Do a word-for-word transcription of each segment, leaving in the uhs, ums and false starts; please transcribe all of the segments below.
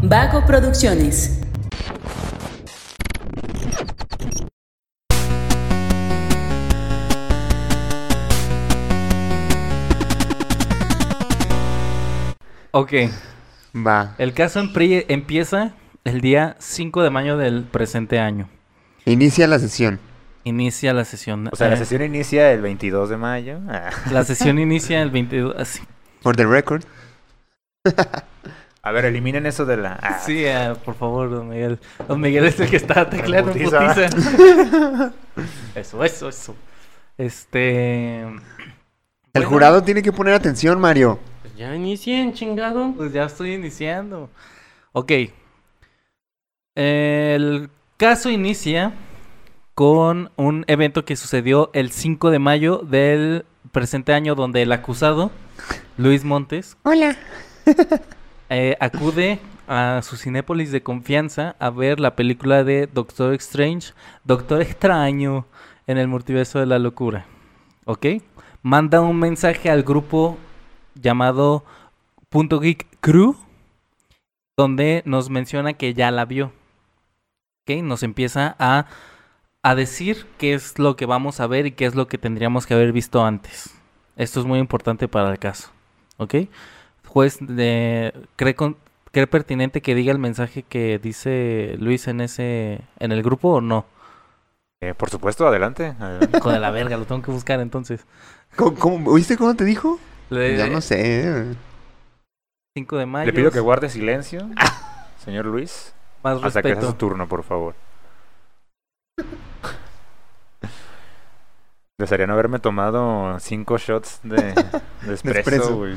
Vago Producciones. Ok. Va. El caso empri- empieza el día cinco de mayo del presente año. Inicia la sesión. Inicia la sesión. O sea, la Eh, sesión inicia el veintidós de mayo. Ah. La sesión inicia el veintidós. así. For the record. A ver, eliminen eso de la... Ah. Sí, eh, por favor, don Miguel. Don Miguel es el que está tecleando en putiza. putiza. Eso, eso, eso. Este... El bueno, jurado tiene que poner atención, Mario. Pues ya inicien, chingado. Pues ya estoy iniciando. Ok. El caso inicia con un evento que sucedió el cinco de mayo del presente año, donde el acusado, Luis Montes, Hola. eh, acude a su Cinépolis de confianza a ver la película de Doctor Strange, Doctor Extraño en el multiverso de la locura. ¿Ok? Manda un mensaje al grupo llamado Punto Geek Crew, donde nos menciona que ya la vio. ¿Ok? Nos empieza a, a decir qué es lo que vamos a ver y qué es lo que tendríamos que haber visto antes. Esto es muy importante para el caso. ¿Ok? Juez de, cree, con, cree pertinente que diga el mensaje que dice Luis en ese en el grupo o no. Eh, por supuesto, adelante. adelante. Hijo de la verga, lo tengo que buscar entonces. ¿Cómo, cómo- ¿Oíste cómo te dijo? Le- Ya no sé. cinco de mayo. Le pido que guarde silencio, señor Luis, Más hasta que sea respeto. su turno, por favor. Desearía no haberme tomado cinco shots de, de espresso, espresso. güey.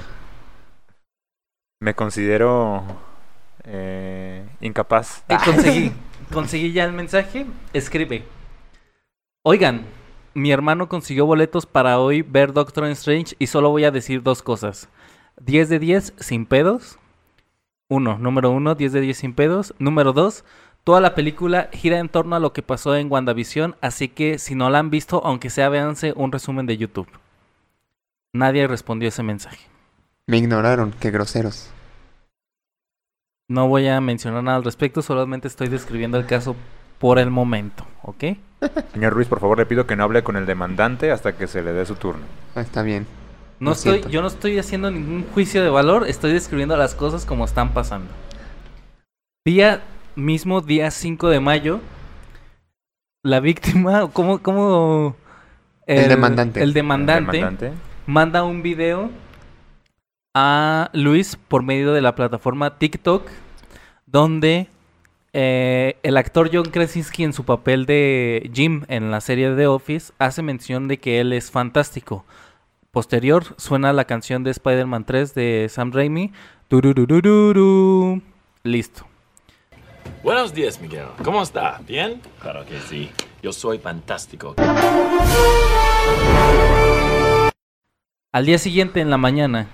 Me considero eh, incapaz. Eh, conseguí, conseguí ya el mensaje. Escribe. Oigan, mi hermano consiguió boletos para hoy ver Doctor Strange y solo voy a decir dos cosas. diez de diez sin pedos. Uno, número uno, diez de diez sin pedos. Número dos, toda la película gira en torno a lo que pasó en WandaVision, así que si no la han visto, aunque sea, véanse un resumen de YouTube. Nadie respondió ese mensaje. Me ignoraron, qué groseros. No voy a mencionar nada al respecto, solamente estoy describiendo el caso por el momento, ¿ok? Señor Luis, por favor, le pido que no hable con el demandante hasta que se le dé su turno. Ah, está bien. No Lo estoy, siento. yo no estoy haciendo ningún juicio de valor, estoy describiendo las cosas como están pasando. Día mismo, día cinco de mayo, la víctima, ¿cómo, cómo El demandante. El demandante, ¿El demandante? manda un video a Luis por medio de la plataforma TikTok, donde eh, el actor John Krasinski en su papel de Jim en la serie de The Office hace mención de que él es fantástico. Posterior suena la canción de Spider-Man tres de Sam Raimi. Turururururu. Listo. Buenos días, Miguel. ¿Cómo está? ¿Bien? Claro que sí. Yo soy fantástico. Al día siguiente en la mañana,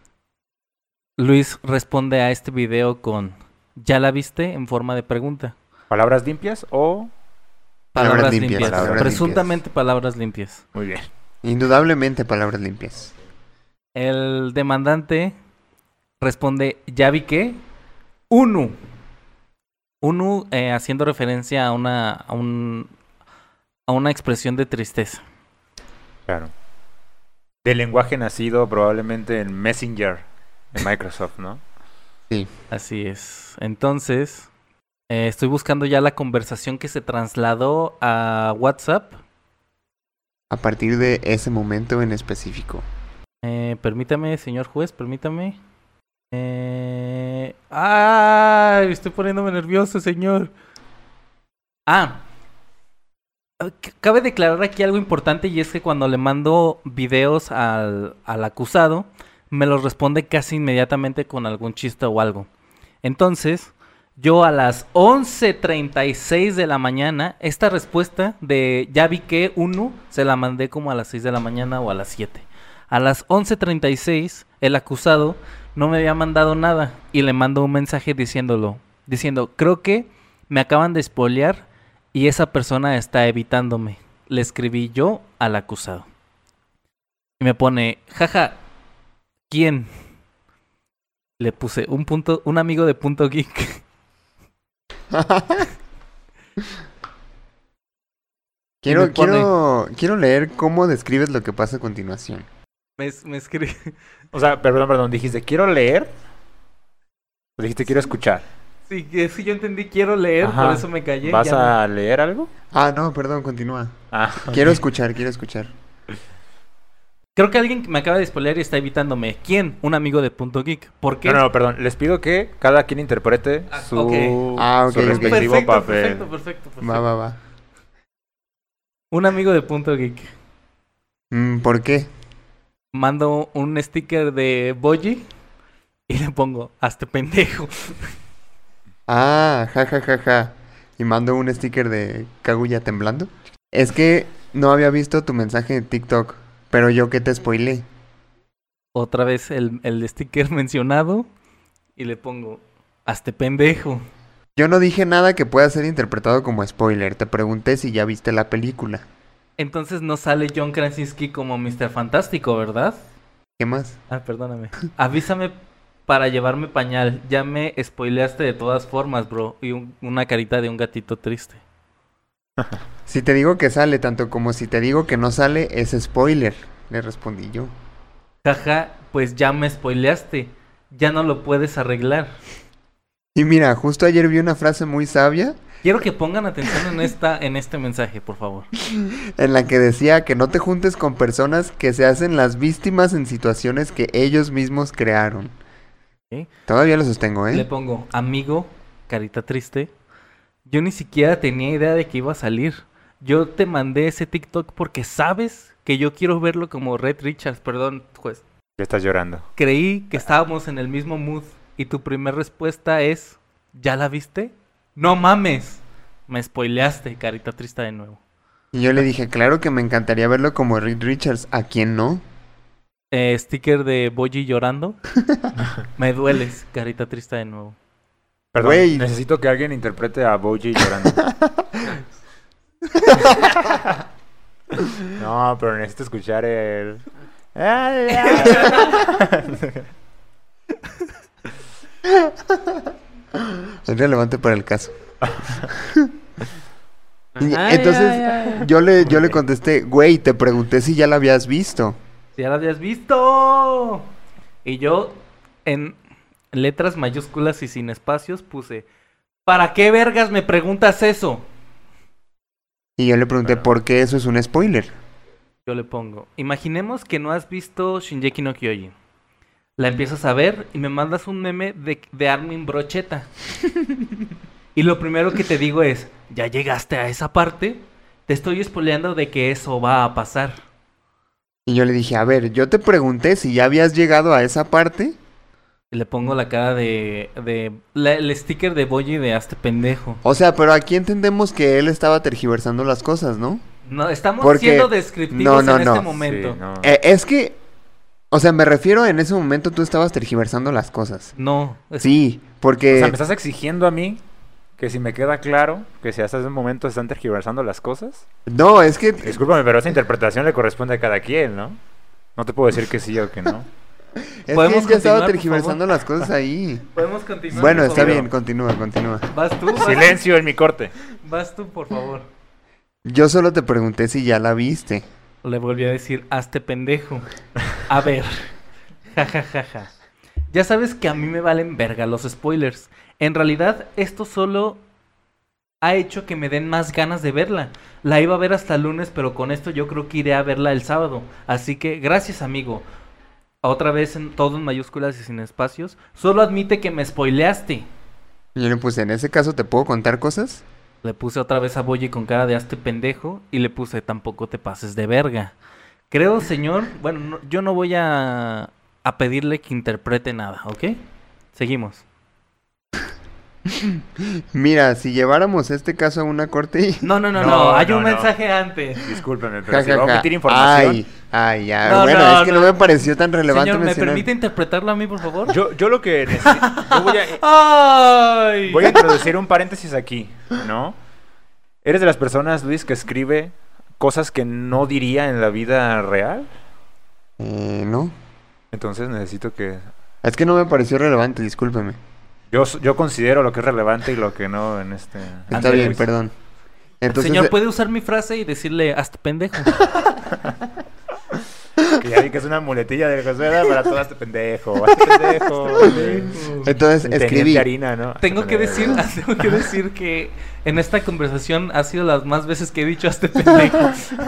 Luis responde a este video con ¿ya la viste? En forma de pregunta. ¿Palabras limpias o...? Palabras, Palabras limpias. limpias, palabras Presuntamente palabras limpias. Muy bien. Indudablemente palabras limpias. El demandante responde, ¿ya vi qué? Unu. Unu eh, haciendo referencia a una, a, un, a una expresión de tristeza. Claro. Del lenguaje nacido probablemente en Messenger de Microsoft, ¿no? Sí. Así es. Entonces, eh, estoy buscando ya la conversación que se trasladó a WhatsApp. A partir de ese momento en específico. Eh, permítame, señor juez, permítame. Eh... ¡Ay! Me estoy poniéndome nervioso, señor. Ah. C- Cabe declarar aquí algo importante, y es que cuando le mando videos al, al acusado, me los responde casi inmediatamente con algún chiste o algo. Entonces, yo a las once treinta y seis de la mañana, esta respuesta de ya vi que uno, se la mandé como a las seis de la mañana o a las siete. A las once treinta y seis, el acusado no me había mandado nada y le mando un mensaje diciéndolo, diciendo, creo que me acaban de spoilear y esa persona está evitándome. Le escribí yo al acusado. Y me pone, jaja, ¿quién? Le puse un punto, un amigo de Punto Geek. Quiero, me pone- quiero, quiero leer cómo describes lo que pasa a continuación. Me, es- me escribe. O sea, perdón, perdón, dijiste, ¿quiero leer? O dijiste, quiero escuchar. Sí, que sí, yo entendí, quiero leer, Ajá. por eso me callé. ¿Vas ya a leer algo? Ah, no, perdón, continúa. Ah, Quiero escuchar, quiero escuchar. no. Creo que alguien me acaba de spoilear y está evitándome. ¿Quién? Un amigo de Punto Geek. ¿Por qué? No, no, perdón. Les pido que cada quien interprete Ah, su, ok. Ah, ok, su ok. respectivo perfecto, papel. perfecto, perfecto, perfecto. Va, va, va. Un amigo de Punto Geek. Mm, ¿por qué? Mando un sticker de Boji y le pongo, hazte pendejo. Ah, ja, ja, ja, ja. Y mando un sticker de Kaguya temblando. Es que no había visto tu mensaje de TikTok, pero yo que te spoilé. Otra vez el, el sticker mencionado y le pongo, hazte pendejo. Yo no dije nada que pueda ser interpretado como spoiler. Te pregunté si ya viste la película. Entonces no sale John Krasinski como mister Fantástico, ¿verdad? ¿Qué más? Ah, perdóname. Avísame para llevarme pañal. Ya me spoileaste de todas formas, bro. Y un- una carita de un gatito triste. Si te digo que sale, tanto como si te digo que no sale, es spoiler. Le respondí yo. Jaja, pues ya me spoileaste. Ya no lo puedes arreglar. Y mira, justo ayer vi una frase muy sabia Quiero que pongan atención en esta, en este mensaje, por favor. en la que decía que no te juntes con personas que se hacen las víctimas en situaciones que ellos mismos crearon. Ok. Todavía lo sostengo, Le ¿eh? pongo, amigo, carita triste. Yo ni siquiera tenía idea de que iba a salir. Yo te mandé ese TikTok porque sabes que yo quiero verlo como Red Richards. Perdón, juez. Ya estás llorando. Creí que estábamos en el mismo mood y tu primera respuesta es, ¿ya la viste? No mames. Me spoileaste, carita triste de nuevo. Y yo le dije, claro que me encantaría verlo como Reed Richards. ¿A quién no? Eh, sticker de Boji llorando. Me dueles, carita triste de nuevo. Perdón, Güey. necesito que alguien interprete a Boji llorando. No, pero necesito escuchar el... Es relevante para el caso. Y Ay, entonces ay, ay. yo le, yo le contesté, güey, te pregunté si ya la habías visto. Si ya la habías visto. Y yo, en letras mayúsculas y sin espacios, puse, ¿para qué vergas me preguntas eso? Y yo le pregunté, ¿por qué eso es un spoiler? Yo le pongo, imaginemos que no has visto Shingeki no Kyojin. La empiezas a ver y me mandas un meme de, de Armin Brocheta. Y lo primero que te digo es, ¿ya llegaste a esa parte? Te estoy spoileando de que eso va a pasar. Y yo le dije, a ver, yo te pregunté si ya habías llegado a esa parte. Y le pongo la cara de... de la- el sticker de Boji de hazte pendejo. O sea, pero aquí entendemos que él estaba tergiversando las cosas, ¿no? No, estamos Porque- siendo descriptivos no, no, en no. este momento. Sí, no. Eh, es que, o sea, me refiero en ese momento tú estabas tergiversando las cosas. No. es- Sí, porque... O sea, ¿me estás exigiendo a mí que si me queda claro que si hasta ese momento están tergiversando las cosas? No, es que... Discúlpame, pero esa interpretación le corresponde a cada quien, ¿no? No te puedo decir que sí o que no. Es que ¿Podemos él ya estaba continuar, por tergiversando favor? las cosas ahí. Podemos continuar. Bueno, por está favor? bien, continúa, continúa. Vas tú, vas Silencio en mi corte. tú, vas tú, por favor. Yo solo te pregunté si ya la viste. Le volví a decir, hazte pendejo. A ver. Ja, ja, ja, ja. Ya sabes que a mí me valen verga los spoilers. En realidad, esto solo ha hecho que me den más ganas de verla. La iba a ver hasta el lunes, pero con esto yo creo que iré a verla el sábado. Así que, gracias, amigo. Otra vez en todo en mayúsculas y sin espacios. Solo admite que me spoileaste. Y yo le puse, en ese caso, ¿te puedo contar cosas? Le puse otra vez a Boyi con cara de hazte pendejo y le puse tampoco te pases de verga. Creo, señor, bueno, no- yo no voy a, a pedirle que interprete nada, ¿ok? Seguimos. Mira, si lleváramos este caso a una corte y... No, no, no, no, No, hay no, un no. mensaje antes. Discúlpeme, pero Ja, si ja, va a ja. omitir información... Ay, ay, ya. No, bueno, no, es que no. no. me pareció tan relevante Señor, ¿me mencionar. permite interpretarlo a mí, por favor? Yo, yo lo que necesito... Yo voy a, ¡Ay! voy a introducir un paréntesis aquí, ¿no? ¿Eres de las personas, Luis, que escribe cosas que no diría en la vida real? Eh, no. Entonces necesito que... Es que no me pareció relevante, discúlpeme. Yo, yo considero lo que es relevante y lo que no en este... Está Ándale, bien, pues. perdón. Entonces, Señor, eh, ¿puede usar mi frase y decirle hasta pendejo? Que ya vi que es una muletilla de Josué ¿verdad? Para todo este pendejo. Este pendejo. entonces El teniente escribí. harina, ¿no? Tengo que decir, tengo que decir que en esta conversación ha sido las más veces que he dicho hasta pendejo.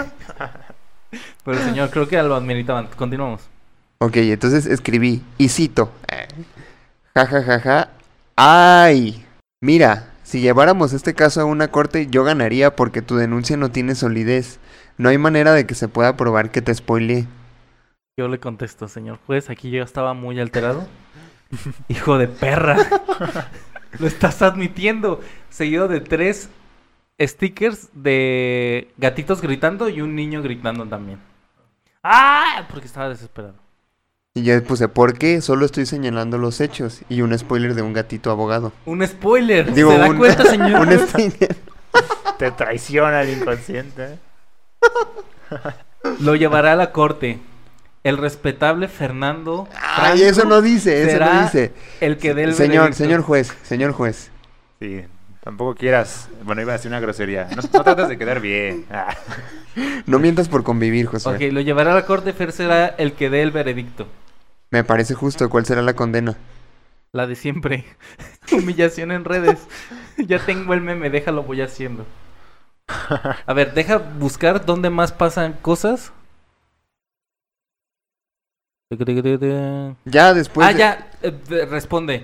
Pero señor, creo que lo admiritaban. Continuamos. Ok, entonces escribí y cito. Ja, ja, ja, ja. ¡Ay! Mira, si lleváramos este caso a una corte, yo ganaría porque tu denuncia no tiene solidez. No hay manera de que se pueda probar que te spoileé. Yo le contesto, señor juez, aquí yo estaba muy alterado. Hijo de perra. Lo estás admitiendo. Seguido de tres stickers de gatitos gritando y un niño gritando también. ¡Ah! Porque estaba desesperado. Y yo puse, ¿por qué? Solo estoy señalando los hechos. Y un spoiler de un gatito abogado. Un spoiler. Digo, ¿Se da un- cuenta, señor? un juez? sticker. Te traiciona el inconsciente. Lo llevará a la corte. El respetable Fernando Ay, Franco eso no dice, eso será no dice. el que dé el Señor, veredicto. señor juez, señor juez. Sí, tampoco quieras... Bueno, iba a decir una grosería. No, no trates de quedar bien. Ah. No mientas por convivir, Josué. Ok, lo llevará a la corte. Fer será el que dé el veredicto. Me parece justo. ¿Cuál será la condena? La de siempre. Humillación en redes. Ya tengo el meme, déjalo, voy haciendo. A ver, deja buscar dónde más pasan cosas. Ya después. ah, de- ya, eh, de- responde.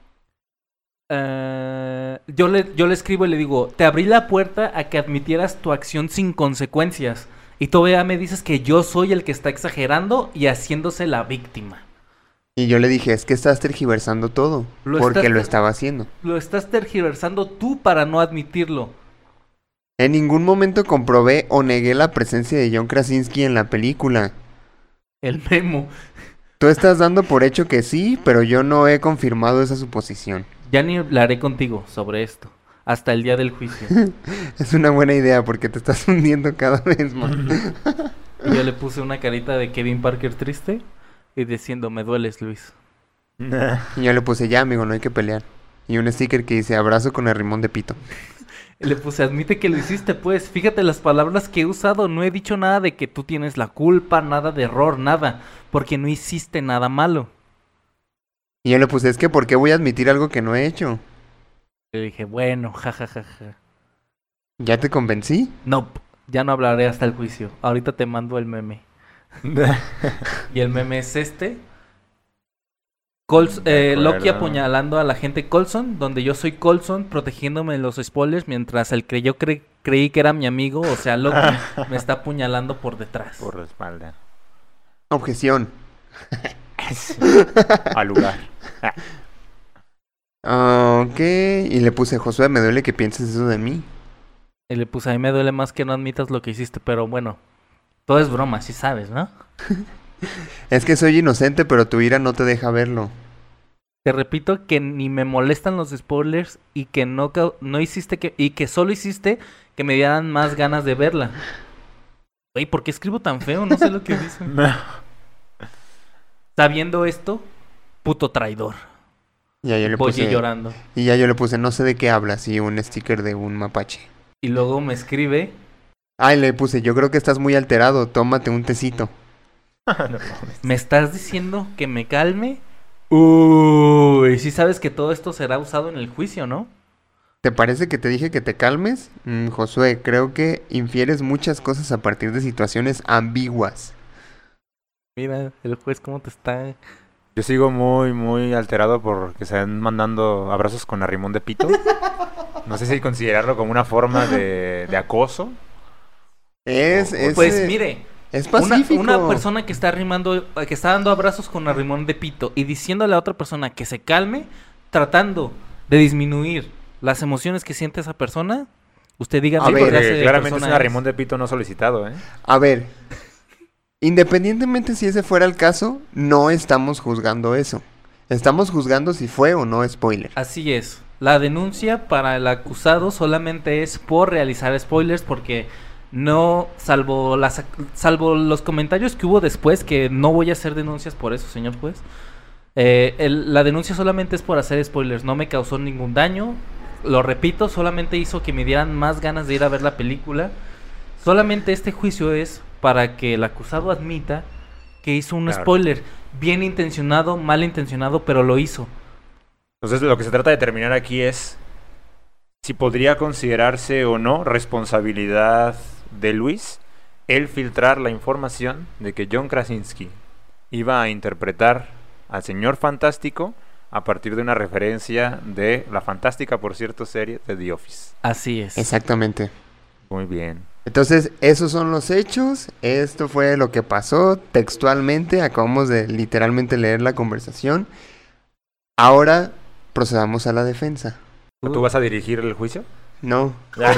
Eh, yo, le, yo le escribo y le digo, te abrí la puerta a que admitieras tu acción sin consecuencias. Y todavía me dices que yo soy el que está exagerando y haciéndose la víctima. Y yo le dije, es que estás tergiversando todo. Lo porque estás lo ter- estaba haciendo. Lo estás tergiversando tú para no admitirlo. En ningún momento comprobé o negué la presencia de John Krasinski en la película. El memo. Tú estás dando por hecho que sí, pero yo no he confirmado esa suposición. Ya ni hablaré contigo sobre esto. Hasta el día del juicio. Es una buena idea porque te estás hundiendo cada vez más. Y yo le puse una carita de Kevin Parker triste y diciendo, me dueles, Luis. Y yo le puse, ya amigo, no hay que pelear. Y un sticker que dice, abrazo con el rimón de pito. Y le puse, admite que lo hiciste, pues. Fíjate las palabras que he usado. No he dicho nada de que tú tienes la culpa, nada de error, nada. Porque no hiciste nada malo. Y yo le puse, es que ¿por qué voy a admitir algo que no he hecho? Le dije, bueno, jajajaja. Ja, ja. ¿Ya te convencí? No, ya no hablaré hasta el juicio. Ahorita te mando el meme. Y el meme es este. Cols- eh, De Loki acuerdo. apuñalando a la gente Coulson, donde yo soy Coulson protegiéndome de los spoilers, mientras el que yo cre- creí que era mi amigo, o sea, Loki, me está apuñalando por detrás. Por la espalda. Objeción. Al lugar. Ah, ok. Y le puse, Josué, me duele que pienses eso de mí. Y le puse, a mí me duele más que no admitas lo que hiciste, pero bueno, todo es broma, sí sabes, ¿no? Es que soy inocente, pero tu ira no te deja verlo. Te repito que ni me molestan los spoilers y que no, cau- no hiciste que, y que solo hiciste que me dieran más ganas de verla. Güey, ¿por qué escribo tan feo? No sé lo que dice. Sabiendo esto, puto traidor. Y ya yo le Voy puse, llorando. y ya yo le puse, no sé de qué hablas, y un sticker de un mapache. Y luego me escribe, Ah, y le puse, yo creo que estás muy alterado, tómate un tecito. No mames. ¿me estás diciendo que me calme? Uy, sí sabes que todo esto será usado en el juicio, ¿no? ¿Te parece que te dije que te calmes? Mm, Josué, creo que infieres muchas cosas a partir de situaciones ambiguas. Mira, el juez cómo te está... Yo sigo muy, muy alterado porque se están mandando abrazos con arrimón de pito. No sé si considerarlo como una forma de, de acoso. Es, es, Pues eh, mire, es una, pacífico. una persona que está arrimando, que está dando abrazos con arrimón de pito y diciéndole a otra persona que se calme, tratando de disminuir las emociones que siente esa persona, usted dígame A qué ver, clase Porque de claramente es persona un arrimón de pito no solicitado, ¿eh? A ver, independientemente si ese fuera el caso, no estamos juzgando eso. Estamos juzgando si fue o no spoiler. Así es. La denuncia para el acusado solamente es por realizar spoilers porque no, salvo las salvo los comentarios que hubo después, que no voy a hacer denuncias por eso, señor juez. Eh, el- la denuncia solamente es por hacer spoilers, no me causó ningún daño. Lo repito, solamente hizo que me dieran más ganas de ir a ver la película. Solamente este juicio es para que el acusado admita que hizo un Claro. spoiler. Bien intencionado, mal intencionado, pero lo hizo. Entonces lo que se trata de determinar aquí es si podría considerarse o no responsabilidad de Luis el filtrar la información de que John Krasinski iba a interpretar al señor Fantástico a partir de una referencia de la fantástica, por cierto, serie de The Office. Así es. Exactamente. Muy bien. Entonces, esos son los hechos. Esto fue lo que pasó textualmente. Acabamos de literalmente leer la conversación. Ahora procedamos a la defensa. ¿Tú vas a dirigir el juicio? No,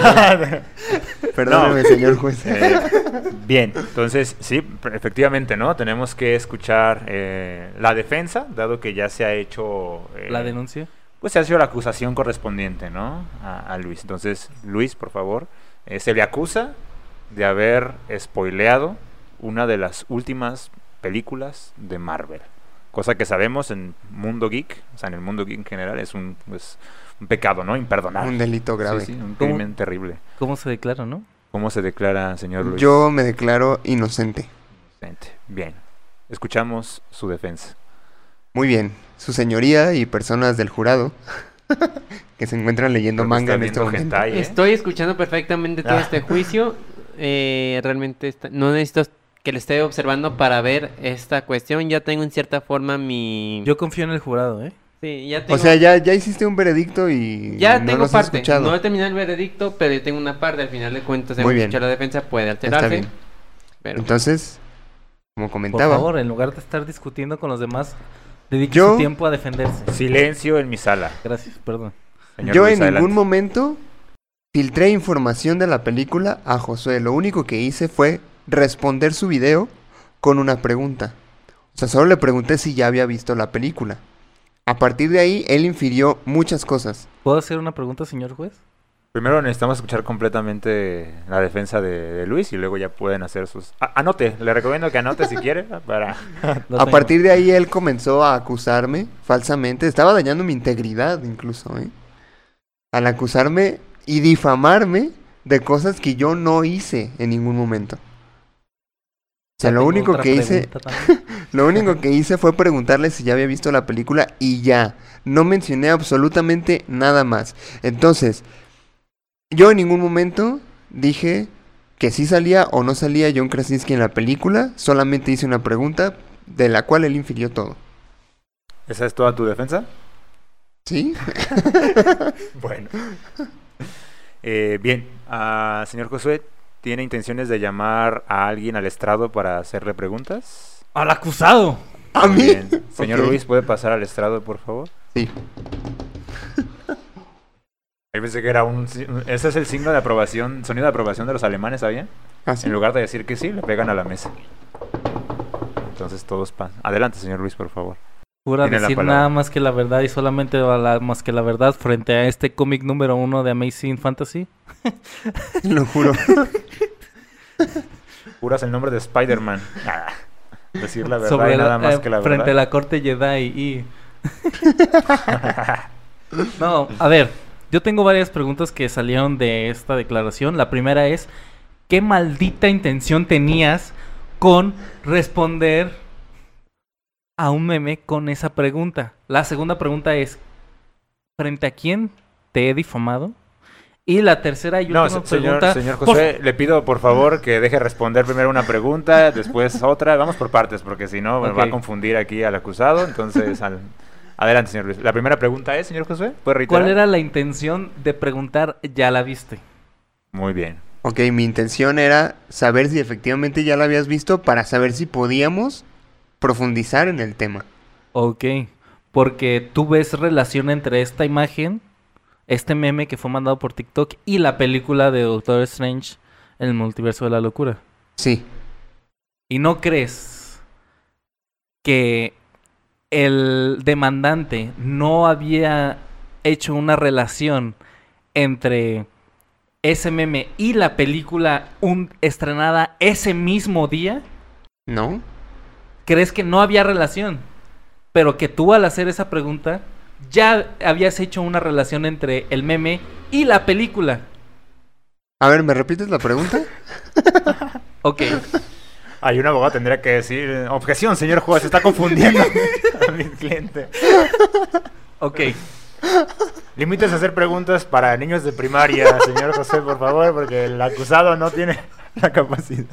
perdóneme, No. señor juez. Eh, bien, entonces sí, pr- efectivamente, ¿no? Tenemos que escuchar eh, la defensa, dado que ya se ha hecho... eh, La denuncia. Pues se ha hecho la acusación correspondiente, ¿no? A, a Luis. Entonces, Luis, por favor, eh, se le acusa de haber spoileado una de las últimas películas de Marvel. Cosa que sabemos en mundo geek, o sea, en el mundo geek en general, es un, pues, un pecado, ¿no? Imperdonable. Un delito grave. Sí, sí, un ¿Cómo? crimen terrible. ¿Cómo se declara, no? ¿Cómo se declara, señor Luis? Yo me declaro inocente. Inocente. Bien. Escuchamos su defensa. Muy bien, su señoría y personas del jurado que se encuentran leyendo Creo que manga está en este viendo momento. hentai, ¿eh? Estoy escuchando perfectamente todo Ah. este juicio. Eh, realmente está- no necesito que lo esté observando para ver esta cuestión. Ya tengo en cierta forma mi... Yo confío en el jurado, ¿eh? Sí, ya tengo... O sea, ya, ya hiciste un veredicto y Ya no tengo los has parte. escuchado. No he terminado el veredicto, pero yo tengo una parte. Al final de cuentas, Muy hemos bien. escuchado la defensa, puede Está alterarse. bien. Pero... Entonces, como Por comentaba, favor, en lugar de estar discutiendo con los demás, dedique Yo- su tiempo a defenderse. Silencio en mi sala. Gracias, perdón. Señor yo Luis, en adelante. ningún momento filtré información de la película a Josué. Lo único que hice fue responder su video con una pregunta. O sea, solo le pregunté si ya había visto la película. A partir de ahí, él infirió muchas cosas. ¿Puedo hacer una pregunta, señor juez? Primero necesitamos escuchar completamente la defensa de, de Luis y luego ya pueden hacer sus... A- anote, le recomiendo que anote si quiere para... Lo A tengo. partir de ahí, él comenzó a acusarme falsamente. Estaba dañando mi integridad incluso, ¿eh? Al acusarme y difamarme de cosas que yo no hice en ningún momento. O sea, Ya lo tengo único otra que hice... pregunta también. Lo único que hice fue preguntarle si ya había visto la película y ya. No mencioné absolutamente nada más. Entonces, yo en ningún momento dije que sí salía o no salía John Krasinski en la película. Solamente hice una pregunta de la cual él infirió todo. ¿Esa es toda tu defensa? ¿Sí? Bueno. Eh, bien, ah, señor Josué, ¿tiene intenciones de llamar a alguien al estrado para hacerle preguntas? ¡Al acusado! ¿A Muy mí? bien. Señor Ok. Luis, ¿puede pasar al estrado, por favor? Sí. Yo pensé que era un... si- Ese es el signo de aprobación, sonido de aprobación de los alemanes, ¿sabían? ¿Ah, sí? En lugar de decir que sí, le pegan a la mesa. Entonces todos pasan. Adelante, señor Luis, por favor. Jura Tiene la decir palabra. nada más que la verdad y solamente la- más que la verdad frente a este cómic número uno de Amazing Fantasy. Lo juro. Juras el nombre de Spider-Man. Ah, decir la verdad Sobre y la- nada más eh, que la frente a verdad. la corte Jedi y... No, a ver, yo tengo varias preguntas que salieron de esta declaración. La primera es, ¿qué maldita intención tenías con responder a un meme con esa pregunta? La segunda pregunta es, ¿frente a quién te he difamado? Y la tercera y No, última se- señor, pregunta... señor por- José, le pido por favor que deje responder primero una pregunta, después otra. Vamos por partes, porque si no me va a Ok. confundir aquí al acusado. Entonces, al- adelante, señor Luis. La primera pregunta es, señor José, ¿puede reiterar? ¿Cuál era la intención de preguntar ya la viste? Muy bien. Ok, mi intención era saber si efectivamente ya la habías visto para saber si podíamos profundizar en el tema. Ok, porque tú ves relación entre esta imagen, este meme que fue mandado por TikTok y la película de Doctor Strange en el multiverso de la locura. Sí. ¿Y no crees que el demandante no había hecho una relación entre ese meme y la película un- estrenada ese mismo día? ¿No? ¿Crees que no había relación? pero que tú al hacer esa pregunta ya habías hecho una relación entre el meme y la película. A ver, ¿me repites la pregunta? Ok. Hay un abogado tendría que decir, objeción, señor juez, se está confundiendo a mi cliente. Ok. Límites a hacer preguntas para niños de primaria, señor José, por favor, porque el acusado no tiene la capacidad.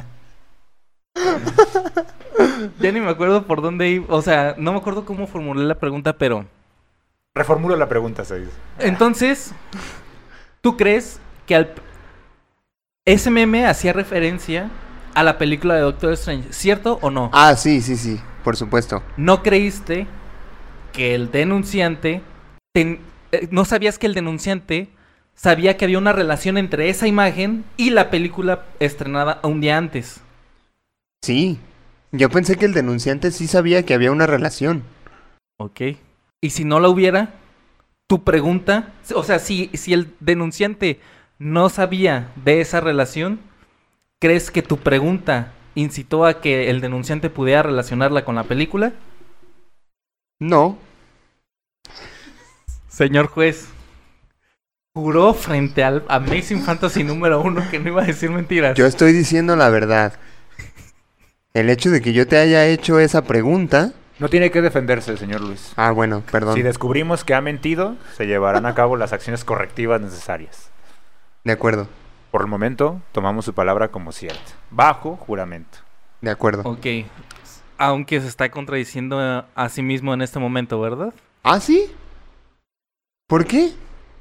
Ya ni me acuerdo por dónde iba. O sea, no me acuerdo cómo formulé la pregunta, pero... Reformulo la pregunta, se dice. Entonces, ¿tú crees que al... ese meme hacía referencia a la película de Doctor Strange? ¿Cierto o no? Ah, sí, sí, sí, por supuesto. ¿No creíste que el denunciante... ten- eh, ¿No sabías que el denunciante sabía que había una relación entre esa imagen y la película estrenada un día antes? Sí, yo pensé que el denunciante sí sabía que había una relación. Ok. Y si no la hubiera, tu pregunta... O sea, si, si el denunciante no sabía de esa relación, ¿crees que tu pregunta incitó a que el denunciante pudiera relacionarla con la película? No, Señor juez, juró frente al Amazing Fantasy número uno que no iba a decir mentiras. yo estoy diciendo la verdad. El hecho de que yo te haya hecho esa pregunta... No tiene que defenderse, señor Luis. Ah, bueno, perdón. Si descubrimos que ha mentido, se llevarán a cabo las acciones correctivas necesarias. De acuerdo, Por el momento, tomamos su palabra como cierta, bajo juramento. de acuerdo. Ok. Aunque se está contradiciendo a, a sí mismo en este momento, ¿verdad? ¿Ah, sí? ¿Por qué?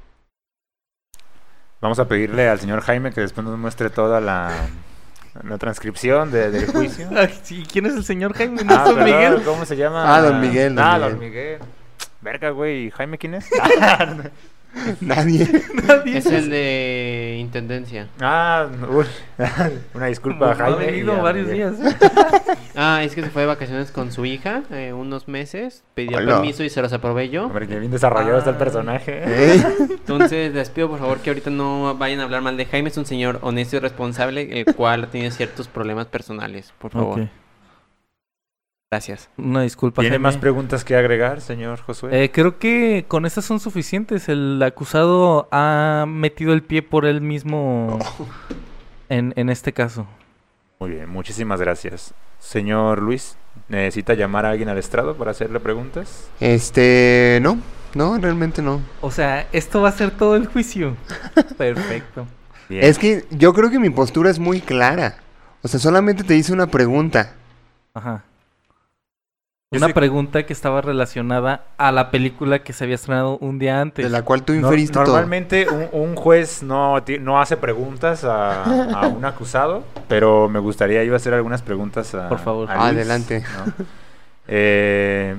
Vamos a pedirle al señor Jaime que después nos muestre toda la, la transcripción de- del juicio. Ay, sí, ¿quién es el señor Jaime? ¿No Ah, es don perdón, Miguel? ¿cómo se llama? Ah, don Miguel, don Ah, Miguel. don Miguel. Verga, güey. ¿Y Jaime quién es? Nadie. Nadie. Es el de Intendencia. Ah, uy. Una disculpa, Ha Jaime. venido y a varios Miguel. días. Ah, es que se fue de vacaciones con su hija eh, unos meses. Pidió Hola. permiso y se los aprobé yo. Hombre, qué bien desarrollado está el Ah. personaje. ¿Eh? Entonces les pido por favor que ahorita no vayan a hablar mal de Jaime. Es un señor honesto y responsable, el cual ha tenido ciertos problemas personales. Por favor. Ok. Gracias. Una disculpa, ¿Tiene Jaime. más preguntas que agregar, señor Josué? Eh, creo que con estas son suficientes. El acusado ha metido el pie por él mismo en, en este caso. Muy bien, muchísimas gracias. Señor Luis, ¿necesita llamar a alguien al estrado para hacerle preguntas? Este, no, no, realmente no. O sea, esto va a ser todo el juicio. Perfecto. Bien. Es que yo creo que mi postura es muy clara. O sea, solamente te hice una pregunta. Ajá. Yo Una sé- pregunta que estaba relacionada a la película que se había estrenado un día antes. De la cual tú No- inferiste todo. normalmente un, un juez no, ti- no hace preguntas a, a un acusado, pero me gustaría yo hacer algunas preguntas a, Por favor. a Luis, Adelante. ¿no? Eh,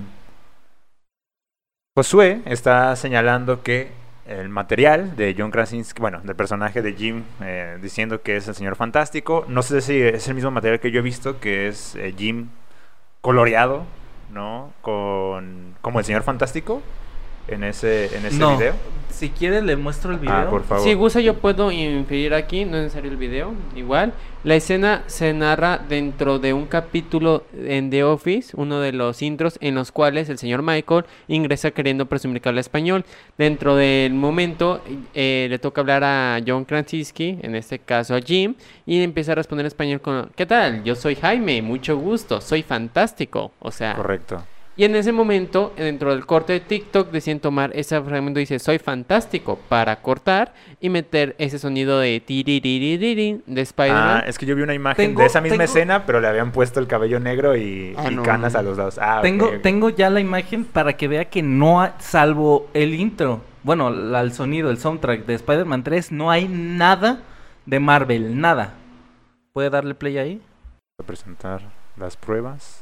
Josué está señalando que el material de John Krasinski, bueno, del personaje de Jim, eh, diciendo que es el señor fantástico, no sé si es el mismo material que yo he visto, que es eh, Jim coloreado, ¿no? Con como el señor fantástico en ese en ese No. video. Si quiere le muestro el video. Ah, por favor. Si gusta yo puedo inferir aquí, no es necesario el video, igual. La escena se narra dentro de un capítulo en The Office, uno de los intros en los cuales el señor Michael ingresa queriendo presumir que habla español. Dentro del momento eh, le toca hablar a John Krasinski, en este caso a Jim, y empieza a responder en español con ¿qué tal? Yo soy Jaime, mucho gusto, soy fantástico. O sea, Correcto. y en ese momento, dentro del corte de TikTok, deciden tomar ese fragmento y dice soy fantástico para cortar y meter ese sonido de tiririririn de Spider-Man. Ah, es que yo vi una imagen Tengo- de esa misma tengo- escena, pero le habían puesto el cabello negro y, Ah, y no. canas a los lados. Ah, Tengo, ok, ok. tengo ya la imagen para que vea que no, ha- salvo el intro, bueno, la- el sonido, el soundtrack de Spider-Man tres, no hay nada de Marvel, nada. ¿Puede darle play ahí? Voy a presentar las pruebas.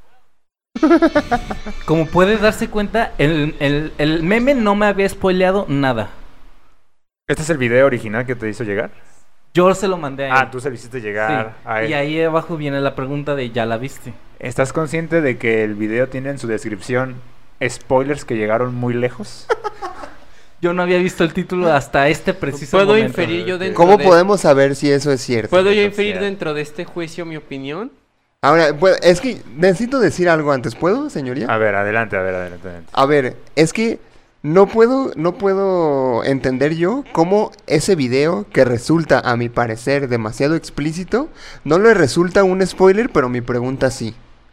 Como puede darse cuenta, el, el- el meme no me había spoileado nada. ¿Este es el video original que te hizo llegar? Yo se lo mandé a él. Ah, tú se lo hiciste llegar Sí, a él. y ahí abajo viene la pregunta de ¿ya la viste? ¿Estás consciente de que el video tiene en su descripción spoilers que llegaron muy lejos? Yo no había visto el título hasta este preciso ¿Puedo momento. inferir yo dentro ¿Cómo de... podemos saber si eso es cierto? ¿Puedo yo Eso inferir sí. dentro de este juicio mi opinión? Ahora, pues, es que necesito decir algo antes. ¿Puedo, señoría? A ver, adelante, a ver, adelante, adelante. A ver, es que no puedo, no puedo entender yo cómo ese video, que resulta, a mi parecer, demasiado explícito, no le resulta un spoiler, pero mi pregunta sí.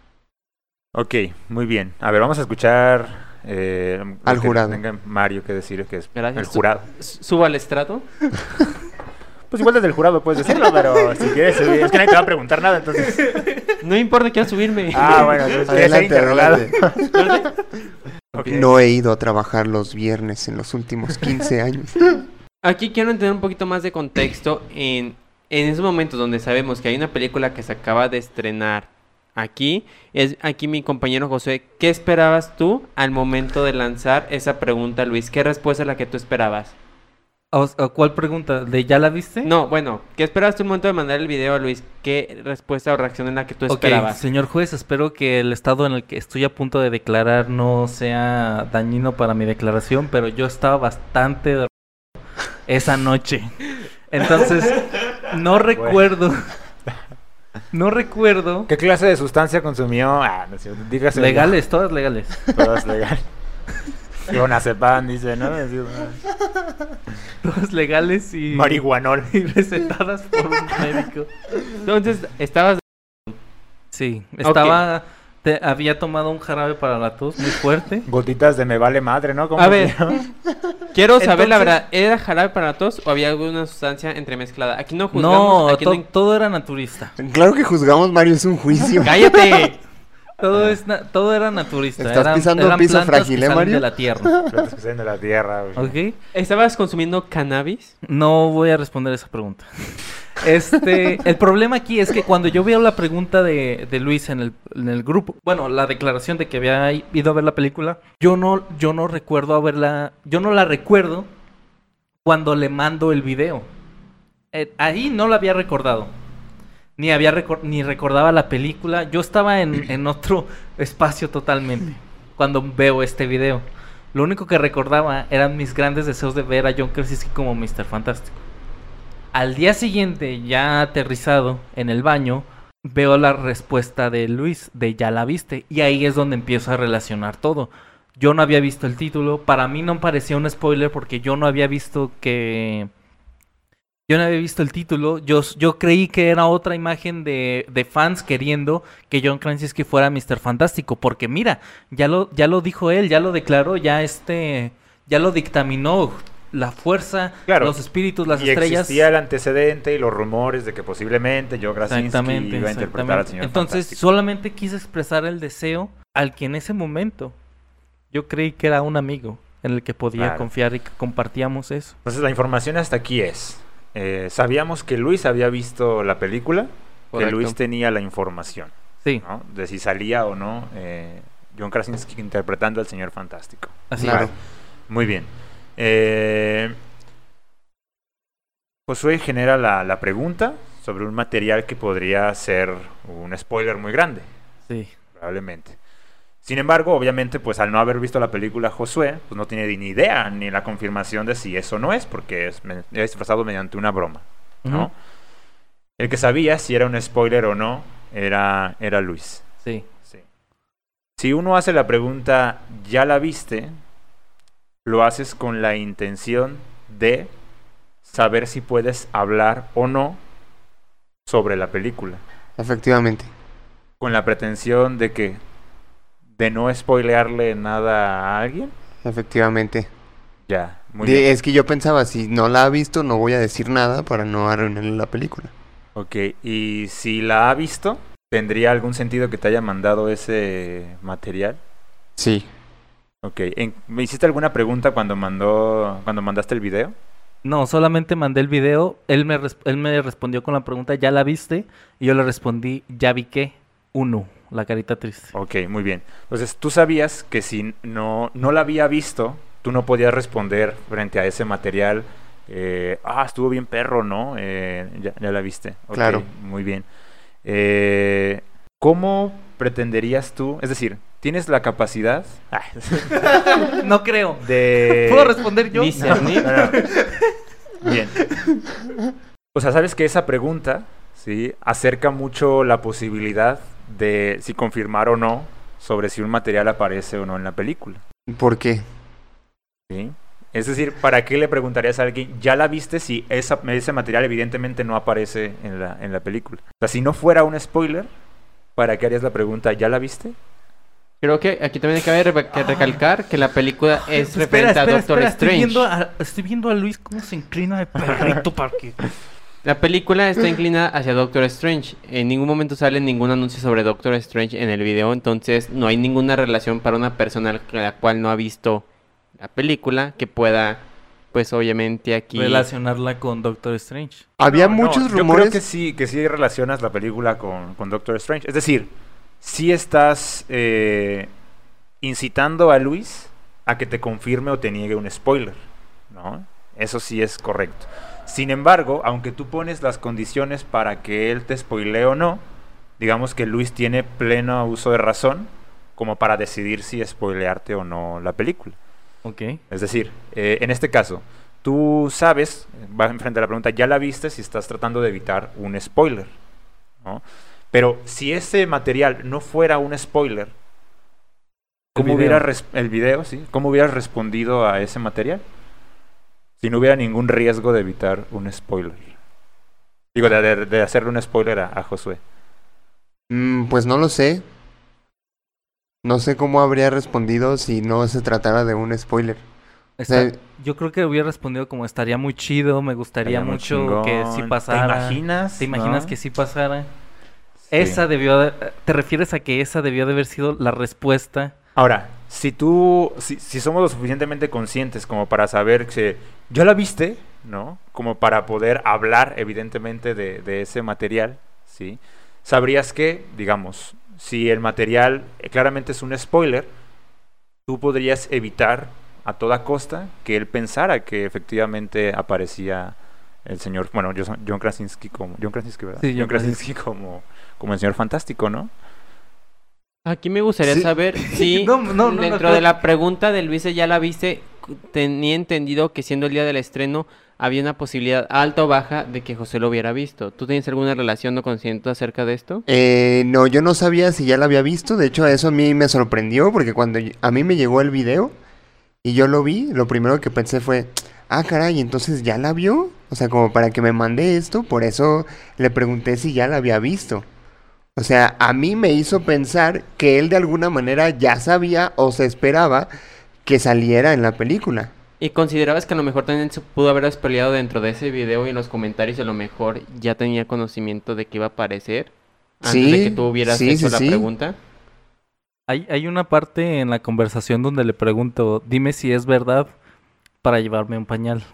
Ok, muy bien. A ver, vamos a escuchar eh, Al lo que jurado. tenga Mario que decir, que es Gracias. el jurado. Su- Suba al estrato. Pues igual desde el jurado puedes decirlo, pero si quieres, eh, es que nadie te va a preguntar nada, entonces... No importa, quiero subirme. Ah, bueno, entonces quieres ser Adelante, interrogado. adelante. Ok. No he ido a trabajar los viernes en los últimos quince años. Aquí quiero entender un poquito más de contexto en, en esos momentos donde sabemos que hay una película que se acaba de estrenar aquí. Es aquí mi compañero José. ¿Qué esperabas tú al momento de lanzar esa pregunta, Luis? ¿Qué respuesta es la que tú esperabas? ¿O- o ¿Cuál pregunta? ¿De ya la viste? No, bueno, ¿qué esperabas tú al momento de mandar el video a Luis? ¿Qué respuesta o reacción es la que tú Ok, esperabas? señor juez, espero que el estado en el que estoy a punto de declarar no sea dañino para mi declaración, pero yo estaba bastante drogado esa noche. Entonces, no recuerdo. No recuerdo. ¿Qué clase de sustancia consumió? Ah, no sé, dígase. Legales, todas legales. Todas legales. Clonazepam, dice, ¿no? Así, Todas legales y, marihuanol. y recetadas por un médico. Entonces, estabas... Sí, estaba... te- había tomado un jarabe para la tos muy fuerte. Gotitas de me vale madre, ¿no? ¿Cómo A se ver, llama? quiero saber la Entonces- verdad. ¿Era jarabe para la tos o había alguna sustancia entremezclada? Aquí no juzgamos. No, aquí to- no... todo era naturista. Claro que juzgamos, Mario, es un juicio. ¡Cállate! Todo, es na- todo era naturista. Estás eran, pisando eran piso plantas frágil, que ¿eh, salen Mario? de la tierra. Plantas que salen de la tierra, güey. ¿Ok? ¿Estabas consumiendo cannabis? No voy a responder esa pregunta. Este, el problema aquí es que cuando yo veo la pregunta de, de Luis en el, en el grupo, bueno, la declaración de que había ido a ver la película, yo no, yo no recuerdo haberla, yo no la recuerdo cuando le mando el video. Eh, ahí no la había recordado. Ni había recor- ni recordaba la película. Yo estaba en, en otro espacio totalmente cuando veo este video. Lo único que recordaba eran mis grandes deseos de ver a John Krasinski como mister Fantástico. Al día siguiente, ya aterrizado en el baño, veo la respuesta de Luis, de ya la viste. Y ahí es donde empiezo a relacionar todo. Yo no había visto el título. Para mí no parecía un spoiler porque yo no había visto que... Yo no había visto el título. Yo, yo creí que era otra imagen de, de fans queriendo que John Krasinski fuera mister Fantástico. Porque mira, ya lo, ya lo dijo él, ya lo declaró, ya este... Ya lo dictaminó. La fuerza, Claro. los espíritus, las y estrellas. existía el antecedente y los rumores de que posiblemente Joe Krasinski Exactamente, iba a interpretar al señor Entonces, Fantástico. solamente quise expresar el deseo al que en ese momento yo creí que era un amigo en el que podía Claro. confiar y que compartíamos eso. Entonces la información hasta aquí es, eh, sabíamos que Luis había visto la película, Correcto. que Luis tenía la información, Sí, ¿no? De si salía o no eh, John Krasinski interpretando al señor Fantástico. así Claro. es. Muy bien. Eh, Josué genera la, la pregunta sobre un material que podría ser un spoiler muy grande, Sí. probablemente. Sin embargo, obviamente, pues al no haber visto la película Josué, pues no tiene ni idea ni la confirmación de si eso no es, porque es, me- es disfrazado mediante una broma, ¿no? Ujú. El que sabía si era un spoiler o no era, era Luis. Sí. Sí. Si uno hace la pregunta, ¿ya la viste? Lo haces con la intención de saber si puedes hablar o no sobre la película. Efectivamente. Con la pretensión de que de no spoilearle nada a alguien. Efectivamente. Ya, muy De- bien. es que yo pensaba, si no la ha visto, no voy a decir nada para no arruinarle la película. Ok, y si la ha visto, ¿tendría algún sentido que te haya mandado ese material? Sí. Ok, en- ¿me hiciste alguna pregunta cuando mandó cuando mandaste el video? No, solamente mandé el video. Él me, res- él me respondió con la pregunta, ¿ya la viste? Y yo le respondí, ¿ya vi qué? Uno, la carita triste. Ok, muy bien. Entonces, tú sabías que si no, no la había visto, tú no podías responder frente a ese material. eh, ah, estuvo bien perro, ¿no? Eh, ya, ya la viste. Ok, Claro. muy bien. Eh, ¿Cómo pretenderías tú? Es decir, ¿tienes la capacidad ah, No creo. de... ¿Puedo responder yo? Discernir. No, no. Bien. O sea, sabes que esa pregunta, ¿sí? Acerca mucho la posibilidad de si confirmar o no sobre si un material aparece o no en la película. ¿Por qué? ¿Sí? Es decir, ¿para qué le preguntarías a alguien, ya la viste, si esa, ese material evidentemente no aparece en la, en la película? O sea, si no fuera un spoiler, ¿para qué harías la pregunta, ya la viste? Creo que aquí también hay que, haber, que recalcar que la película es Espera, referente espera, a Doctor espera, Strange. Estoy viendo, a, estoy viendo a Luis cómo se inclina de perrito para que... La película está inclinada hacia Doctor Strange. En ningún momento sale ningún anuncio sobre Doctor Strange en el video, entonces no hay ninguna relación para una persona a la cual no ha visto la película que pueda, pues obviamente aquí... relacionarla con Doctor Strange. Había No, no, muchos yo rumores. creo que sí, que sí relacionas la película con, con Doctor Strange. Es decir, sí estás eh, incitando a Luis a que te confirme o te niegue un spoiler, ¿no? Eso sí es correcto. Sin embargo, aunque tú pones las condiciones para que él te spoilee o no, digamos que Luis tiene pleno uso de razón como para decidir si spoilearte o no la película. Ok. Es decir, eh, en este caso, tú sabes, vas enfrente a la pregunta, ya la viste si estás tratando de evitar un spoiler, ¿no? Pero si ese material no fuera un spoiler, ¿cómo El hubiera video. res- el video, sí? ¿Cómo hubieras respondido a ese material? Si no hubiera ningún riesgo de evitar un spoiler. Digo, de, de- de hacerle un spoiler a, a Josué. Mm, pues no lo sé. No sé cómo habría respondido si no se tratara de un spoiler. Está- sea, yo creo que hubiera respondido como estaría muy chido, me gustaría Estaría muy mucho que sí chingón. pasara. ¿Te imaginas? ¿Te imaginas ¿no? que sí pasara? Sí. Esa debió de- ¿Te refieres a que esa debió de haber sido la respuesta? Ahora, si tú, si, si somos lo suficientemente conscientes como para saber que ya la viste, ¿no? Como para poder hablar, evidentemente, de, de ese material, ¿sí? Sabrías que, digamos, si el material eh, claramente es un spoiler, tú podrías evitar a toda costa que él pensara que efectivamente aparecía el señor, bueno, yo- John Krasinski como, John Krasinski, ¿verdad? Sí, John John Krasinski como, como el señor fantástico, ¿no? Aquí me gustaría Sí. saber si No, no, no, dentro no, de no. la pregunta de Luis de ya la viste, cu- tenía entendido que siendo el día del estreno había una posibilidad alta o baja de que José lo hubiera visto. ¿Tú tienes alguna relación o conocimiento acerca de esto? Eh, no, yo no sabía si ya la había visto. De hecho, eso a mí me sorprendió porque cuando y- a mí me llegó el video y yo lo vi, lo primero que pensé fue, ah, caray, entonces ya la vio. O sea, como para que me mande esto, por eso le pregunté si ya la había visto. O sea, a mí me hizo pensar que él de alguna manera ya sabía o se esperaba que saliera en la película. ¿Y considerabas que a lo mejor también se pudo haber peleado dentro de ese video y en los comentarios a lo mejor ya tenía conocimiento de que iba a aparecer antes de Sí, que tú hubieras sí, hecho sí, la sí. pregunta? Hay, hay una parte en la conversación donde le pregunto, dime si es verdad para llevarme un pañal.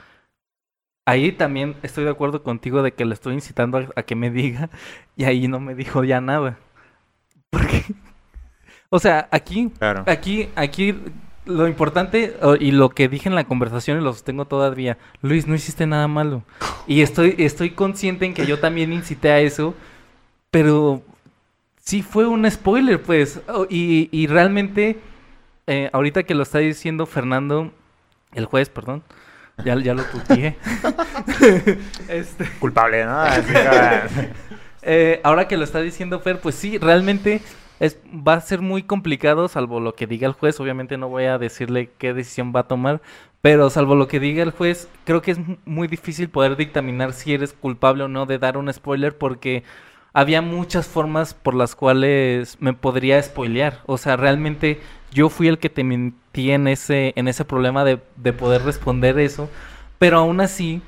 Ahí también estoy de acuerdo contigo de que le estoy incitando a, a que me diga y ahí no me dijo ya nada. Porque, o sea, aquí, Claro. aquí, aquí lo importante o- y lo que dije en la conversación y lo sostengo todavía, Luis, no hiciste nada malo. Y estoy, estoy consciente en que yo también incité a eso, pero sí fue un spoiler, pues. Oh, Y, y realmente, eh, ahorita que lo está diciendo Fernando, el juez, perdón, ya, ya lo tuteé. este, Culpable, ¿no? Así que- eh, ahora que lo está diciendo Fer, pues sí, realmente es, va a ser muy complicado, salvo lo que diga el juez. Obviamente no voy a decirle qué decisión va a tomar, pero salvo lo que diga el juez, creo que es mu- muy difícil poder dictaminar si eres culpable o no de dar un spoiler, porque había muchas formas por las cuales me podría spoilear. O sea, realmente yo fui el que te mentí en ese, en ese problema de, de poder responder eso, pero aún así,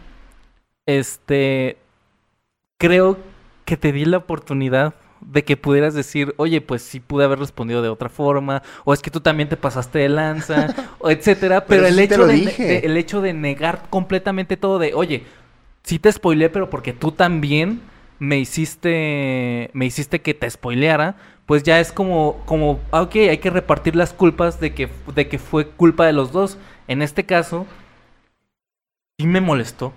este, creo que te di la oportunidad de que pudieras decir, oye, pues sí pude haber respondido de otra forma, o es que tú también te pasaste de lanza, o etcétera, pero, Pero el sí te hecho lo de, ne- dije. de- el hecho de negar completamente todo de, oye, sí te spoileé, pero porque tú también me hiciste me hiciste que te spoileara, pues ya es como como ah, ok, hay que repartir las culpas de que de que fue culpa de los dos. En este caso sí me molestó.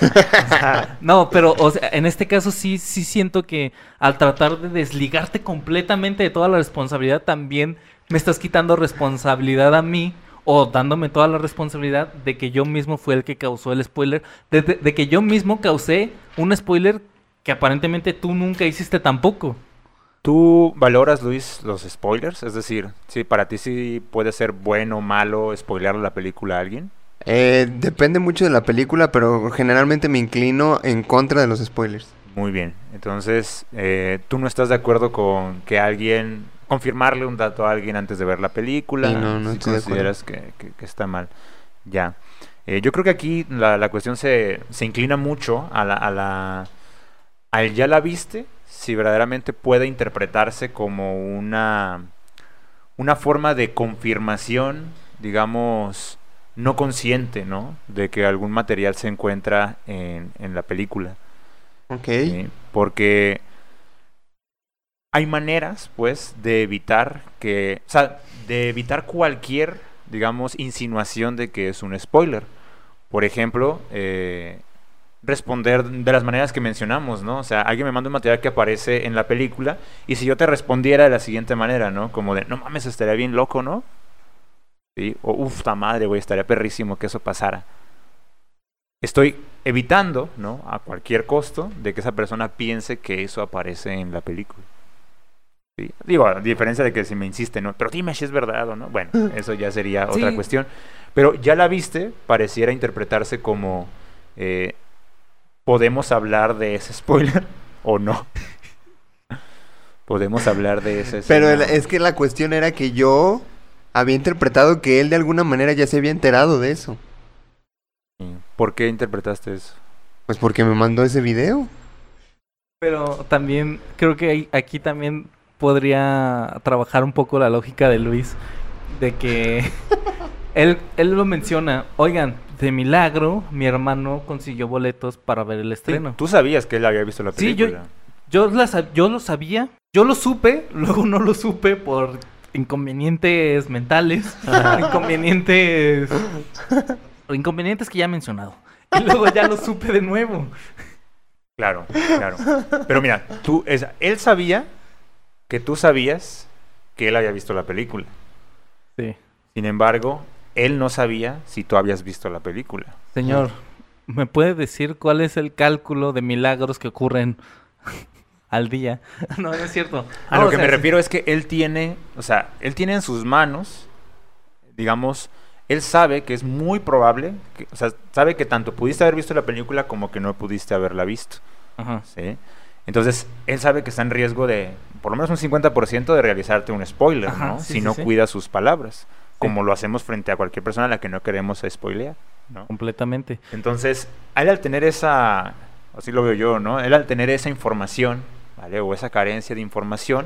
No, pero o sea, en este caso sí sí siento que al tratar de desligarte completamente de toda la responsabilidad, también me estás quitando responsabilidad a mí o dándome toda la responsabilidad de que yo mismo fue el que causó el spoiler, de, de- de que yo mismo causé un spoiler que aparentemente tú nunca hiciste tampoco. ¿Tú valoras, Luis, los spoilers? Es decir, ¿sí, para ti sí puede ser bueno o malo spoilearle la película a alguien? Eh, depende mucho de la película, pero generalmente me inclino en contra de los spoilers. Muy bien. Entonces, eh, ¿tú no estás de acuerdo con que alguien... confirmarle un dato a alguien antes de ver la película? Sí, no, no si estoy de consideras que, que- que está mal. Ya. Eh, yo creo que aquí la, la cuestión se, se inclina mucho a la, a la... al ya la viste, si verdaderamente puede interpretarse como una... una forma de confirmación, digamos, no consciente, ¿no? De que algún material se encuentra en, en la película. Ok. ¿Sí? Porque hay maneras, pues, de evitar que, o sea, de evitar cualquier, digamos, insinuación de que es un spoiler. Por ejemplo, eh, responder de las maneras que mencionamos, ¿no? O sea, alguien me manda un material que aparece en la película y si yo te respondiera de la siguiente manera, ¿no? Como de, no mames, estaría bien loco, ¿no? ¿Sí? O, uff, ta madre, güey, estaría perrísimo que eso pasara. Estoy evitando, ¿no? A cualquier costo de que esa persona piense que eso aparece en la película. ¿Sí? Digo, a diferencia de que si me insiste, ¿no? Pero dime si es verdad o no. Bueno, eso ya sería otra Sí. cuestión. Pero ya la viste, pareciera interpretarse como... eh, ¿podemos hablar de ese spoiler o no? ¿Podemos hablar de ese Pero el- escena? es que la cuestión era que yo había interpretado que él de alguna manera ya se había enterado de eso. Sí. ¿Por qué interpretaste eso? Pues porque me mandó ese video. Pero también creo que ahí- aquí también podría trabajar un poco la lógica de Luis, de que él, él lo menciona, oigan, de milagro mi hermano consiguió boletos para ver el Sí, estreno. tú sabías que él había visto la Sí, yo- película. Yo, la sab- yo lo sabía, yo lo supe, luego no lo supe por inconvenientes mentales, inconvenientes, inconvenientes que ya he mencionado. Y luego ya lo supe de nuevo. Claro, claro. Pero mira, tú, es- él sabía que tú sabías que él había visto la película. Sí. Sin embargo, él no sabía si tú habías visto la película. Señor, ¿me puede decir cuál es el cálculo de milagros que ocurren al día? No, no es cierto. A No, lo o que sea, me sí. refiero es que él tiene, o sea, él tiene en sus manos, digamos, él sabe que es muy probable, que, o sea, sabe que tanto pudiste haber visto la película como que no pudiste haberla visto. Ajá. ¿Sí? Entonces, él sabe que está en riesgo de, por lo menos un cincuenta por ciento de realizarte un spoiler, Ajá, ¿no? sí, si sí, no sí. cuida sus palabras, como lo hacemos frente a cualquier persona a la que no queremos spoilear, ¿no? Completamente. Entonces, él al tener esa, así lo veo yo, ¿no? Él al tener esa información, ¿vale? O esa carencia de información,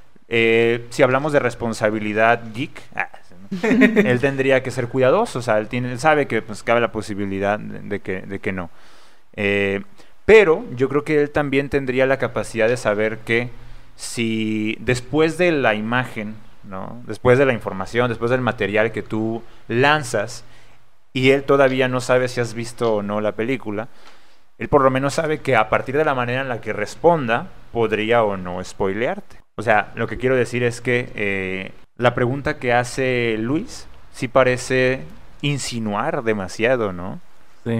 eh, si hablamos de responsabilidad geek, ah, ¿no? Él tendría que ser cuidadoso, o sea, él, tiene, él sabe que pues, cabe la posibilidad de, de que, de que no. Eh, pero yo creo que él también tendría la capacidad de saber que si después de la imagen, ¿no? Después de la información, después del material que tú lanzas, y él todavía no sabe si has visto o no la película, él por lo menos sabe que a partir de la manera en la que responda, podría o no spoilearte. O sea, lo que quiero decir es que eh, la pregunta que hace Luis sí parece insinuar demasiado, ¿no? Sí.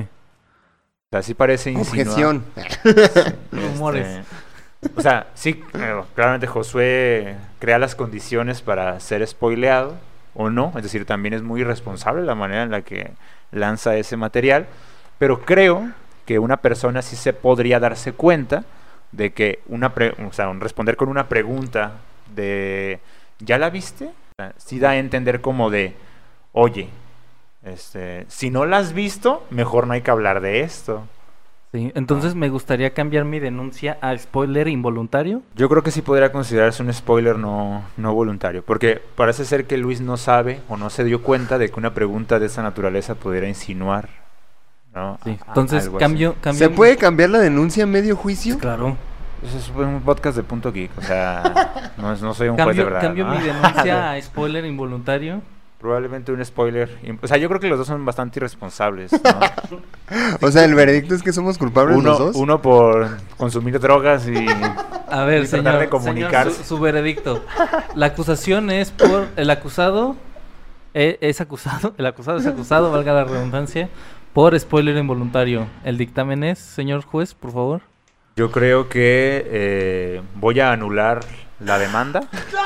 O sea, sí parece insinuar. Objeción. Rumores. Este, o sea, sí, eh, claramente Josué crea las condiciones para ser spoileado o no, es decir, también es muy irresponsable la manera en la que lanza ese material, pero creo que una persona sí se podría darse cuenta de que una pre- o sea, un responder con una pregunta de ¿ya la viste? O sea, sí da a entender como de, oye, este, si no la has visto, mejor no hay que hablar de esto. Sí. Entonces me gustaría cambiar mi denuncia a spoiler involuntario. Yo creo que sí podría considerarse un spoiler no, no voluntario, porque parece ser que Luis no sabe o no se dio cuenta de que una pregunta de esa naturaleza pudiera insinuar, ¿no? Sí. A- Entonces algo cambio, cambio. ¿Se puede cambiar la denuncia a medio juicio? Claro. así. Eso es un podcast de Punto Geek, o sea, no, es- no soy un juez de Cambio, verdad. cambio ¿no? mi denuncia a spoiler involuntario. Probablemente un spoiler. im- O sea, yo creo que los dos son bastante irresponsables, ¿no? O sea, el veredicto es que somos culpables uno, los dos. uno por consumir drogas y... A ver, Y tratar señor, de comunicarse. señor, su, su veredicto. La acusación es por el acusado e- es acusado, el acusado es acusado, valga la redundancia, por spoiler involuntario. El dictamen es, señor juez, por favor. Yo creo que eh, voy a anular la demanda.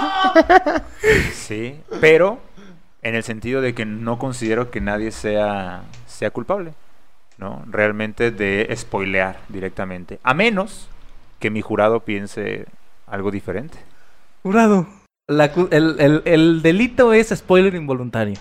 Sí, pero en el sentido de que no considero que nadie sea, sea culpable, ¿no? Realmente de spoilear directamente. A menos que mi jurado piense algo diferente. Jurado. La cu- el, el, el delito es spoiler involuntario.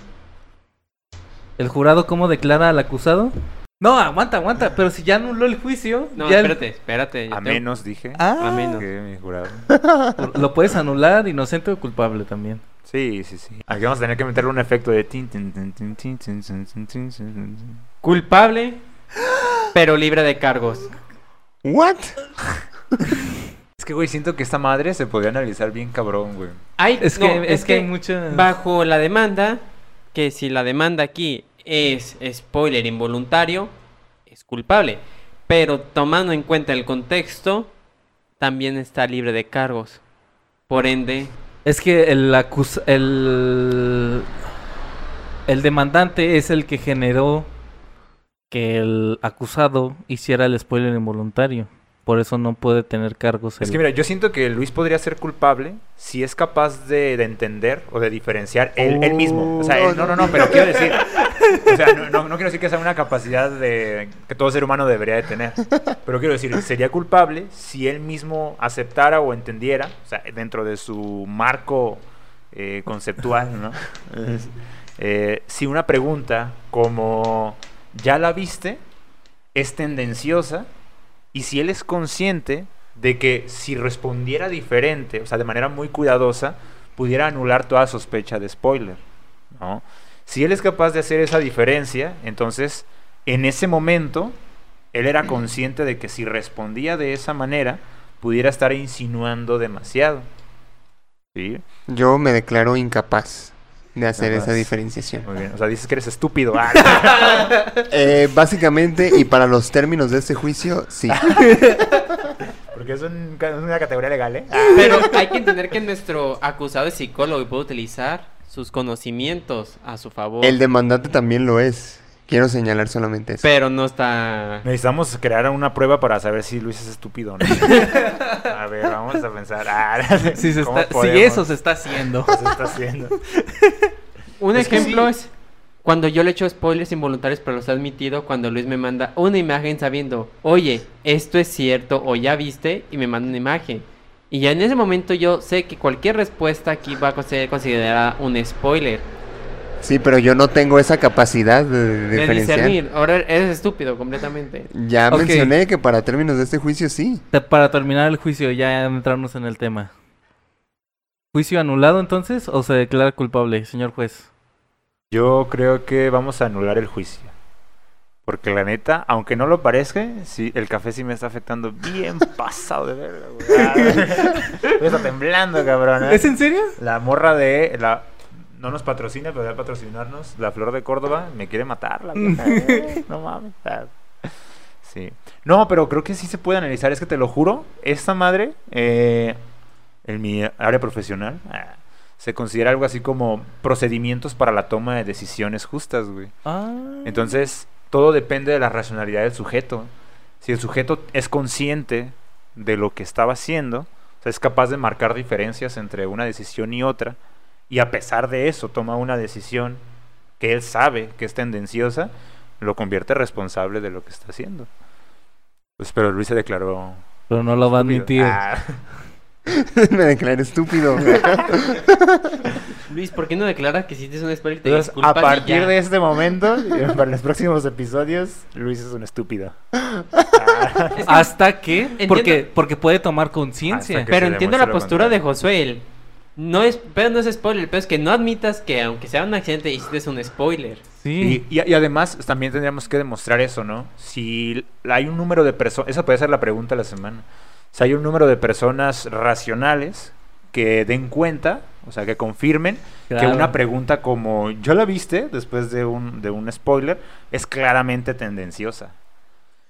¿El jurado cómo declara al acusado? No, aguanta, aguanta. Pero si ya anuló el juicio... No, ya el- espérate, espérate. yo A tengo- menos, dije, Ah, A menos. que mi jurado. lo puedes anular, inocente o culpable también. Sí, sí, sí. Aquí vamos a tener que meterle un efecto de... tin, tin, tin, tin, tin, tin, tin, tin, tin, tin. Culpable, pero libre de cargos. ¿What? Es que, güey, siento que esta madre se podría analizar bien cabrón, güey. Hay, Es no, que, es que hay muchas... bajo la demanda, que si la demanda aquí es spoiler involuntario, es culpable. Pero tomando en cuenta el contexto, también está libre de cargos. Por ende, Es que el acus... el... el demandante es el que generó que el acusado hiciera el spoiler involuntario. Por eso no puede tener cargos. Es el- que mira, yo siento que Luis podría ser culpable si es capaz de, de entender o de diferenciar él, él mismo. O sea, él- no, no, no, pero quiero decir... O sea, no, no, no quiero decir que sea una capacidad de que todo ser humano debería de tener. Pero quiero decir, sería culpable si él mismo aceptara o entendiera, o sea, dentro de su marco eh, conceptual, ¿no? Es- eh, si una pregunta como ¿ya la viste? Es tendenciosa, y si él es consciente de que si respondiera diferente, o sea, de manera muy cuidadosa, pudiera anular toda sospecha de spoiler, ¿no? Si él es capaz de hacer esa diferencia, entonces, en ese momento, él era consciente de que si respondía de esa manera, pudiera estar insinuando demasiado. ¿Sí? Yo me declaro incapaz de hacer Capaz. esa diferenciación. Muy bien. O sea, dices que eres estúpido. Ah, Eh, básicamente, y para los términos de este juicio, sí. porque es, un- es una categoría legal, ¿eh? pero hay que entender que nuestro acusado es psicólogo y puede utilizar sus conocimientos a su favor. El demandante también lo es. Quiero señalar solamente eso. Pero no está... Necesitamos crear una prueba para saber si Luis es estúpido o no. A ver, vamos a pensar. Ah, Si, se ¿cómo está... si podemos? eso se está haciendo. ¿Qué se está haciendo? Un Es que ejemplo sí. es cuando yo le echo spoilers involuntarios, pero los he admitido, cuando Luis me manda una imagen sabiendo, oye, esto es cierto, o ya viste, y me manda una imagen. Y ya en ese momento yo sé que cualquier respuesta aquí va a ser considerada un spoiler. Sí, pero yo no tengo esa capacidad de, de De diferenciar. discernir. Ahora eres estúpido completamente. Ya Ok. mencioné que para términos de este juicio, sí. Te- Para terminar el juicio, ya entrarnos en el tema. ¿Juicio anulado entonces o se declara culpable, señor juez? Yo creo que vamos a anular el juicio. Porque la neta, aunque no lo parezca, sí, el café sí me está afectando bien pasado de verga, güey. Ah, está temblando, cabrón. ¿eh? ¿Es en serio? La morra de... la No nos patrocina, pero debe patrocinarnos. La Flor de Córdoba me quiere matar. La vieja, eh, no mames. Ah, sí. No, pero creo que sí se puede analizar. Es que te lo juro, esta madre, eh, en mi área profesional, ah, se considera algo así como procedimientos para la toma de decisiones justas, güey. Ah. Entonces, todo depende de la racionalidad del sujeto. Si el sujeto es consciente de lo que estaba haciendo, o sea, es capaz de marcar diferencias entre una decisión y otra, y a pesar de eso toma una decisión que él sabe que es tendenciosa, lo convierte responsable de lo que está haciendo. Pues, pero Luis se declaró... Pero no lo va a estúpido. admitir. Ah, Me declaré estúpido. Luis, ¿por qué no declaras que hiciste un spoiler y te Entonces, disculpas a y partir ya? de este momento, y para los próximos episodios, Luis es un estúpido. ¿Hasta que? Entiendo- Porque, porque puede tomar conciencia. Hasta que- Pero se entiendo demuestre la lo postura de contrario. Josué. el- No es, pero no es spoiler, pero es que no admitas que aunque sea un accidente hiciste un spoiler. Sí. Y, y- y además también tendríamos que demostrar eso, ¿no? Si hay un número de personas, esa puede ser la pregunta de la semana. Si hay un número de personas racionales que den cuenta, o sea, que confirmen que Claro. una pregunta como ¿ya la viste? Después de un, de un spoiler, es claramente tendenciosa.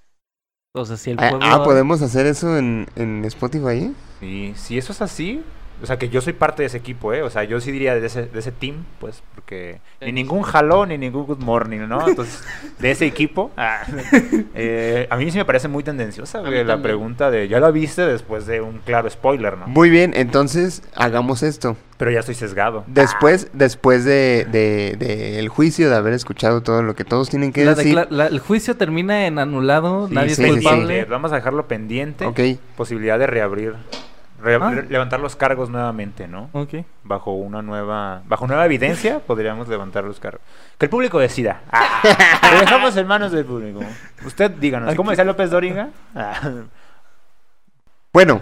O sea, si el Ah, pueblo... ah, ¿podemos hacer eso en, en Spotify? Y si eso es así, O sea, que yo soy parte de ese equipo, ¿eh? O sea, yo sí diría de ese, de ese team, pues, porque ni Sí. ningún jalón ni ningún good morning, ¿no? Entonces, de ese equipo, ah, eh, a mí sí me parece muy tendenciosa, A mí güey, la también. pregunta de, ¿ya la viste? Después de un claro spoiler, ¿no? Muy bien, entonces hagamos esto. Pero ya estoy sesgado. Después, después de, de, de el juicio, de haber escuchado todo lo que todos tienen que La decir. decla- la- el juicio termina en anulado, Sí, nadie sí, es sí, sí. culpable. Pendiente, vamos a dejarlo pendiente. Ok, Posibilidad de reabrir, re- Ah. re- levantar los cargos nuevamente, ¿no? Ok. Bajo una nueva, bajo nueva evidencia, podríamos levantar los cargos. Que el público decida. Ah, lo dejamos en manos del público. Usted díganos, ¿cómo Aquí- decía López Dóriga? Ah, bueno,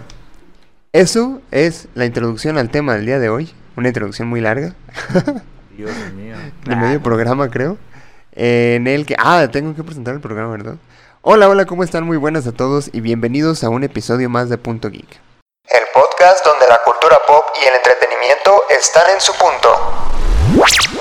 eso es la introducción al tema del día de hoy. Una introducción muy larga, Dios mío. de Ah, medio programa creo. En el que... Ah, tengo que presentar el programa, ¿verdad? Hola, hola, ¿cómo están? Muy buenas a todos y bienvenidos a un episodio más de Punto Geek. El podcast donde la cultura pop y el entretenimiento están en su punto.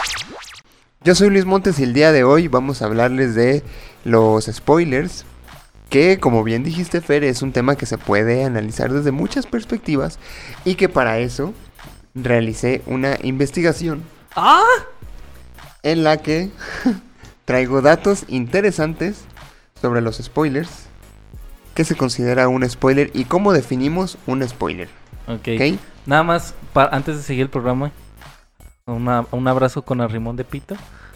Yo soy Luis Montes y el día de hoy vamos a hablarles de los spoilers, que como bien dijiste, Fer, es un tema que se puede analizar desde muchas perspectivas y que para eso realicé una investigación ¡Ah! en la que traigo datos interesantes sobre los spoilers, qué se considera un spoiler y cómo definimos un spoiler. Ok. ¿Ok? Nada más, pa- antes de seguir el programa, una- un abrazo con Arrimón de Pito.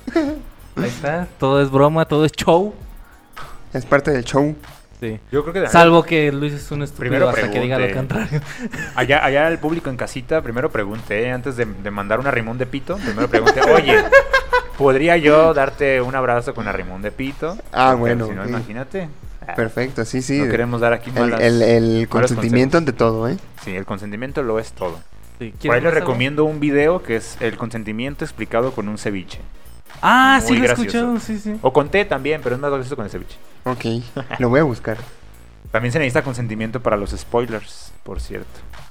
Ahí está, todo es broma, todo es show. Es parte del show. Sí. Yo creo que Salvo que Luis es un estúpido Primero hasta que diga lo pregunte. contrario. allá, allá el público en casita, primero pregunte, ¿eh? Antes de, de mandar un arrimón de pito, primero pregunte, oye, ¿podría yo darte un abrazo con arrimón de pito? Ah, Porque bueno, Si no, ok. imagínate. Ah, Perfecto, sí, sí. No queremos dar aquí el, malas, el, el malos consentimiento consejos. ante todo, ¿eh? Sí, el consentimiento lo es todo. Sí, Por ¿quieres ahí les más algo? recomiendo un video que es el consentimiento explicado con un ceviche. Ah, sí Muy lo he gracioso. escuchado, sí, sí. O con té también, pero es más gracioso con el ceviche. Ok, lo voy a buscar. También se necesita consentimiento para los spoilers, por cierto.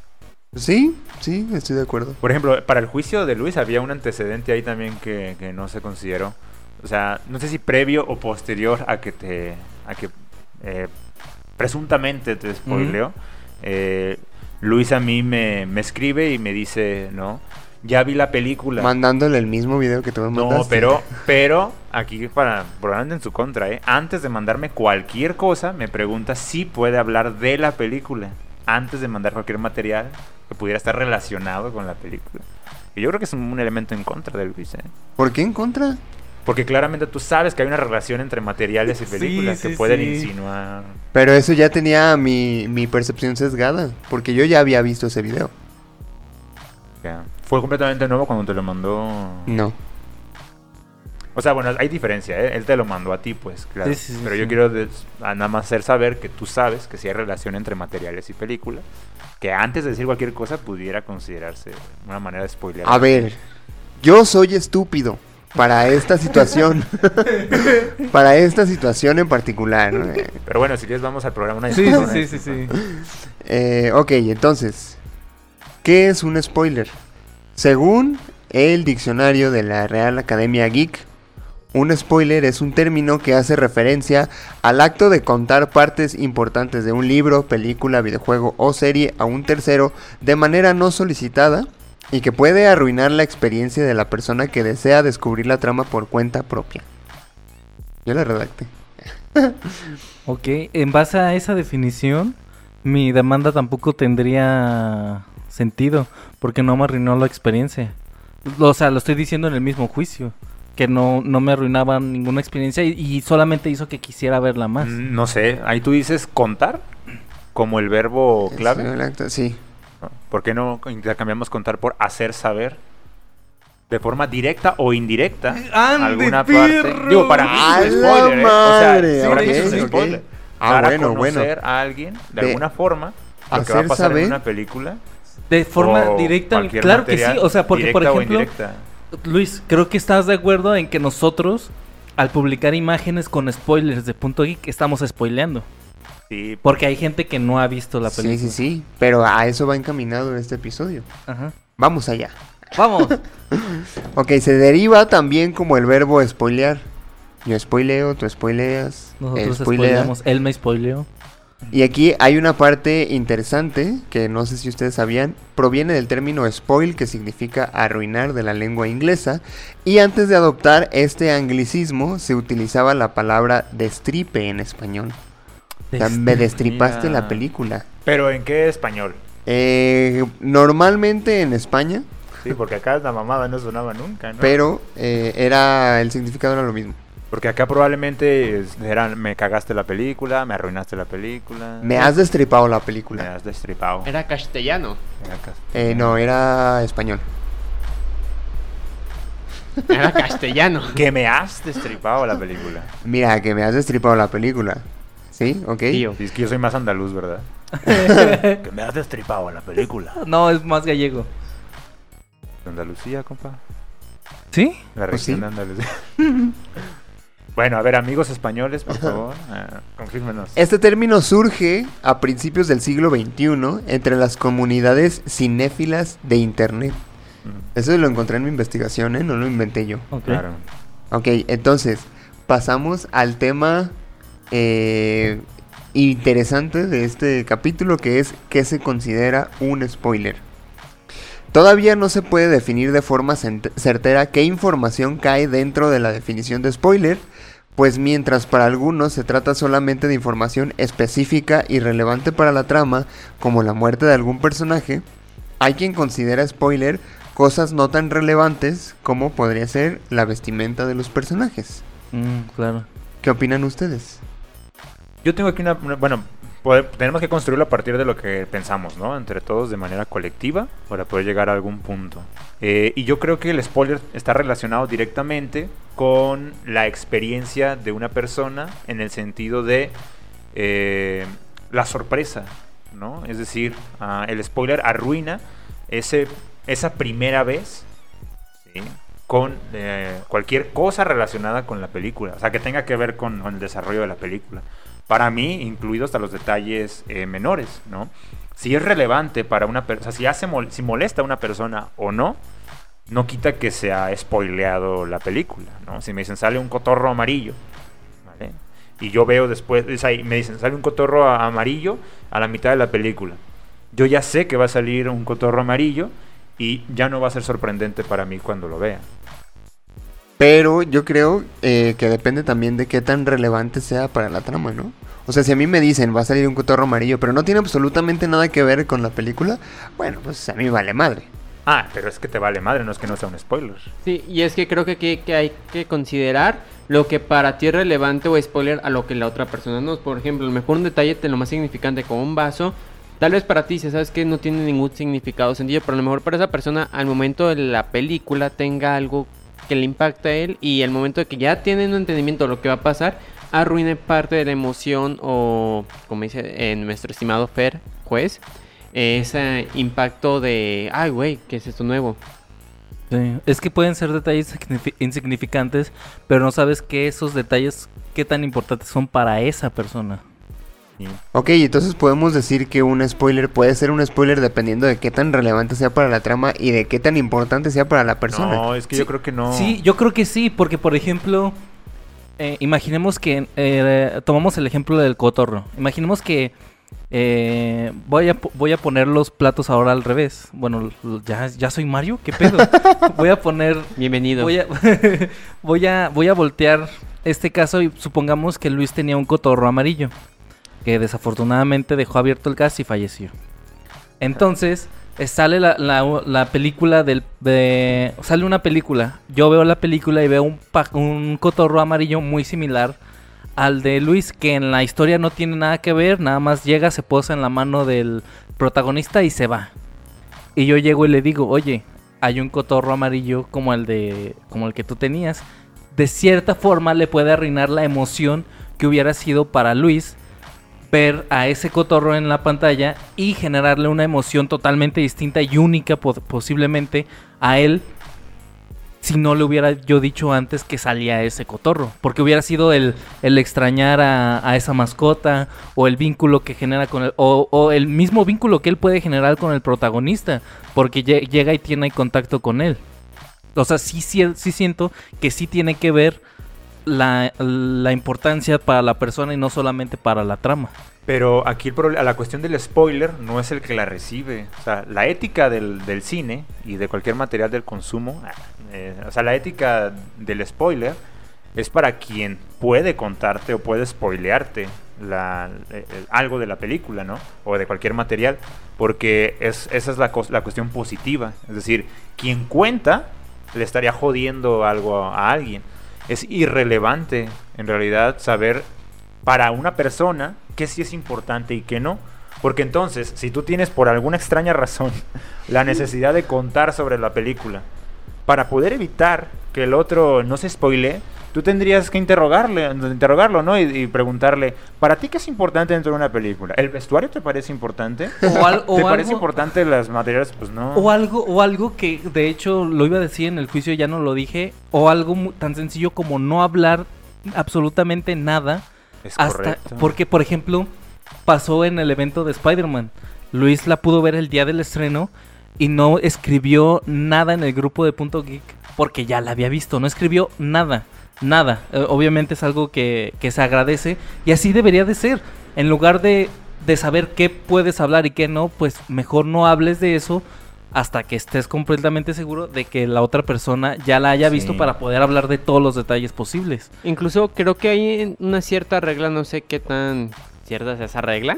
Sí, sí, estoy de acuerdo. Por ejemplo, para el juicio de Luis había un antecedente ahí también que, que no se consideró. O sea, no sé si previo o posterior a que te... a que eh, presuntamente te spoileó. eh, Luis a mí me, me escribe y me dice, no, ya vi la película. Mandándole el mismo video que tú me No, mandaste. pero, pero, aquí para, probablemente en su contra, ¿eh? Antes de mandarme cualquier cosa, me pregunta si puede hablar de la película. Antes de mandar cualquier material que pudiera estar relacionado con la película. Y yo creo que es un elemento en contra de Luis, ¿eh? ¿Por qué en contra? Porque claramente tú sabes que hay una relación entre materiales y Sí, películas sí, que pueden sí. insinuar. Pero eso ya tenía mi, mi percepción sesgada, porque yo ya había visto ese video. Ya. Fue completamente nuevo cuando te lo mandó. No. O sea, bueno, hay diferencia, ¿eh? Él te lo mandó a ti, pues, claro. Sí, sí, sí, Pero sí. yo quiero des- a nada más hacer saber que tú sabes que si hay relación entre materiales y película, que antes de decir cualquier cosa pudiera considerarse una manera de spoilear. A ver, yo soy estúpido para esta situación. Para esta situación en particular, ¿no? Eh, Pero bueno, si quieres vamos al programa. Una Sí, disculpa, sí, una sí, sí, disculpa. sí. eh, ok, entonces, ¿qué es un spoiler? Según el diccionario de la Real Academia Geek, un spoiler es un término que hace referencia al acto de contar partes importantes de un libro, película, videojuego o serie a un tercero de manera no solicitada y que puede arruinar la experiencia de la persona que desea descubrir la trama por cuenta propia. Yo la redacté. Ok, en base a esa definición, mi demanda tampoco tendría sentido, porque no me arruinó la experiencia. O sea, lo estoy diciendo en el mismo juicio, que no, no me arruinaba ninguna experiencia y, y solamente hizo que quisiera verla más. Mm, No sé, ahí tú dices contar como el verbo clave. Sí, el acto- Sí. ¿No? ¿Por qué no intercambiamos contar por hacer saber? De forma directa o indirecta. ¡Ande, alguna perro! parte. Digo, para mí ¡A es un la spoiler, ¿eh? madre! O sea, para mí Ok, es un ok. spoiler. Ah, Dar bueno, a conocer bueno. a alguien de, De alguna forma lo que va a hacer pasar saber- en una película. De forma o directa, cualquier claro que sí, material, o sea, porque por directa o ejemplo, indirecta. Luis, creo que estás de acuerdo en que nosotros, al publicar imágenes con spoilers de Punto Geek, estamos spoileando. Sí, Porque hay gente que no ha visto la película. Sí, sí, sí. Pero a eso va encaminado este episodio. Ajá. Vamos allá. Vamos. Ok, se deriva también como el verbo spoilear. Yo spoileo, tú spoileas, él Nosotros spoilea. spoileamos. Él me spoileó. Y aquí hay una parte interesante que no sé si ustedes sabían, proviene del término spoil, que significa arruinar de la lengua inglesa, y antes de adoptar este anglicismo se utilizaba la palabra destripe en español. O sea, me destripaste Mira. la película. ¿Pero en qué español? Eh, normalmente en España, Sí, porque acá la mamada no sonaba nunca, ¿no? pero eh, era el significado era lo mismo. Porque acá probablemente es- eran, me cagaste la película, me arruinaste la película. Me has destripado la Me película. has destripado. Era castellano. Era cas- Eh, no, era español. Era castellano. Que me has destripado la película. Mira, que me has destripado la película. ¿Sí? ¿Ok? Tío. Sí, es que yo soy más andaluz, ¿verdad? Que me has destripado la película. No, es más gallego. Andalucía, compa. ¿Sí? La Pues región sí. de Andalucía. Bueno, a ver, amigos españoles, por favor, ah, confírmenos. Este término surge a principios del siglo veintiuno entre las comunidades cinéfilas de Internet. Mm, Eso lo encontré en mi investigación, ¿eh? No lo inventé yo. Ok. Claro. Ok, entonces, pasamos al tema eh, interesante de este capítulo, que es ¿qué se considera un spoiler? Todavía no se puede definir de forma cent- certera qué información cae dentro de la definición de spoiler, pues mientras para algunos se trata solamente de información específica y relevante para la trama, como la muerte de algún personaje, hay quien considera spoiler cosas no tan relevantes como podría ser la vestimenta de los personajes. Mm, claro. ¿Qué opinan ustedes? Yo tengo aquí una, una- bueno, poder- tenemos que construirlo a partir de lo que pensamos, ¿no? Entre todos de manera colectiva para poder llegar a algún punto. Eh, y yo creo que el spoiler está relacionado directamente con la experiencia de una persona en el sentido de eh, la sorpresa, ¿no? Es decir, ah, el spoiler arruina ese, esa primera vez, ¿sí? Con eh, cualquier cosa relacionada con la película, o sea, que tenga que ver con, con el desarrollo de la película. Para mí, incluido hasta los detalles eh, menores, ¿no? Si es relevante para una persona, o sea, si, hace mol- si molesta a una persona o no, no quita que se ha spoileado la película, ¿no? Si me dicen, sale un cotorro amarillo, ¿vale? Y yo veo después, o sea, y me dicen, sale un cotorro a- amarillo a la mitad de la película. Yo ya sé que va a salir un cotorro amarillo y ya no va a ser sorprendente para mí cuando lo vea. Pero yo creo eh, que depende también de qué tan relevante sea para la trama, ¿no? O sea, si a mí me dicen va a salir un cotorro amarillo, pero no tiene absolutamente nada que ver con la película, bueno, pues a mí vale madre. Ah, pero es que te vale madre, no es que no sea un spoiler. Sí, y es que creo que aquí que hay que considerar lo que para ti es relevante o spoiler a lo que la otra persona no. Por ejemplo, a lo mejor un detalle de lo más significante como un vaso, tal vez para ti, si sabes que no tiene ningún significado sencillo, pero a lo mejor para esa persona al momento de la película tenga algo que le impacta a él y al momento de que ya tiene un entendimiento de lo que va a pasar, arruine parte de la emoción o, como dice en nuestro estimado Fer, juez, ese impacto de, ay güey, ¿qué es esto nuevo? Sí, es que pueden ser detalles signifi- insignificantes, pero no sabes que esos detalles, qué tan importantes son para esa persona. Y- Ok, entonces podemos decir que un spoiler puede ser un spoiler dependiendo de qué tan relevante sea para la trama y de qué tan importante sea para la persona. No, es que Sí, yo creo que no. Sí, yo creo que sí, porque por ejemplo, eh, imaginemos que, eh, tomamos el ejemplo del cotorro. Imaginemos que eh, voy, a, po- voy a poner los platos ahora al revés. Bueno, l- ya, ya soy Mario, ¿qué pedo? Voy a poner... Bienvenido. Voy a, voy a, voy a voltear este caso y supongamos que Luis tenía un cotorro amarillo, que desafortunadamente dejó abierto el gas y falleció. Entonces, eh, sale la, la- la película del... De, sale una película. Yo veo la película y veo un, pa- un cotorro amarillo muy similar al de Luis, que en la historia no tiene nada que ver, nada más llega, se posa en la mano del protagonista y se va. Y yo llego y le digo, oye, hay un cotorro amarillo como el de como el que tú tenías. De cierta forma le puede arruinar la emoción que hubiera sido para Luis ver a ese cotorro en la pantalla y generarle una emoción totalmente distinta y única po- posiblemente a él, si no le hubiera yo dicho antes que salía ese cotorro, porque hubiera sido el, el extrañar a, a esa mascota o el vínculo que genera con él, o, o el mismo vínculo que él puede generar con el protagonista, porque lle- llega y tiene contacto con él. O sea, sí, sí, sí siento que sí tiene que ver la, la importancia para la persona y no solamente para la trama. Pero aquí el proble- la cuestión del spoiler no es el que la recibe. O sea, la ética del, del cine y de cualquier material del consumo, eh, o sea, la ética del spoiler es para quien puede contarte o puede spoilearte la, eh, algo de la película, ¿no? O de cualquier material, porque es, esa es la, cos- la cuestión positiva. Es decir, quien cuenta le estaría jodiendo algo a, a alguien. Es irrelevante, en realidad, saber para una persona qué sí es importante y qué no. Porque entonces, si tú tienes por alguna extraña razón la necesidad de contar sobre la película, para poder evitar que el otro no se spoilee, tú tendrías que interrogarle, interrogarlo, ¿no? Y, y preguntarle, ¿para ti qué es importante dentro de una película? ¿El vestuario te parece importante? O al- o ¿Te parece algo- importante los materiales? Pues no. O algo, o algo que de hecho lo iba a decir en el juicio, ya no lo dije, o algo mu- tan sencillo como no hablar absolutamente nada. Es Hasta correcto. porque, por ejemplo, pasó en el evento de Spider-Man. Luis la pudo ver el día del estreno y no escribió nada en el grupo de Punto Geek porque ya la había visto. No escribió nada, nada. Eh, obviamente es algo que, que se agradece y así debería de ser. En lugar de, de saber qué puedes hablar y qué no, pues mejor no hables de eso hasta que estés completamente seguro de que la otra persona ya la haya visto Sí. para poder hablar de todos los detalles posibles. Incluso creo que hay una cierta regla, no sé qué tan cierta es esa regla.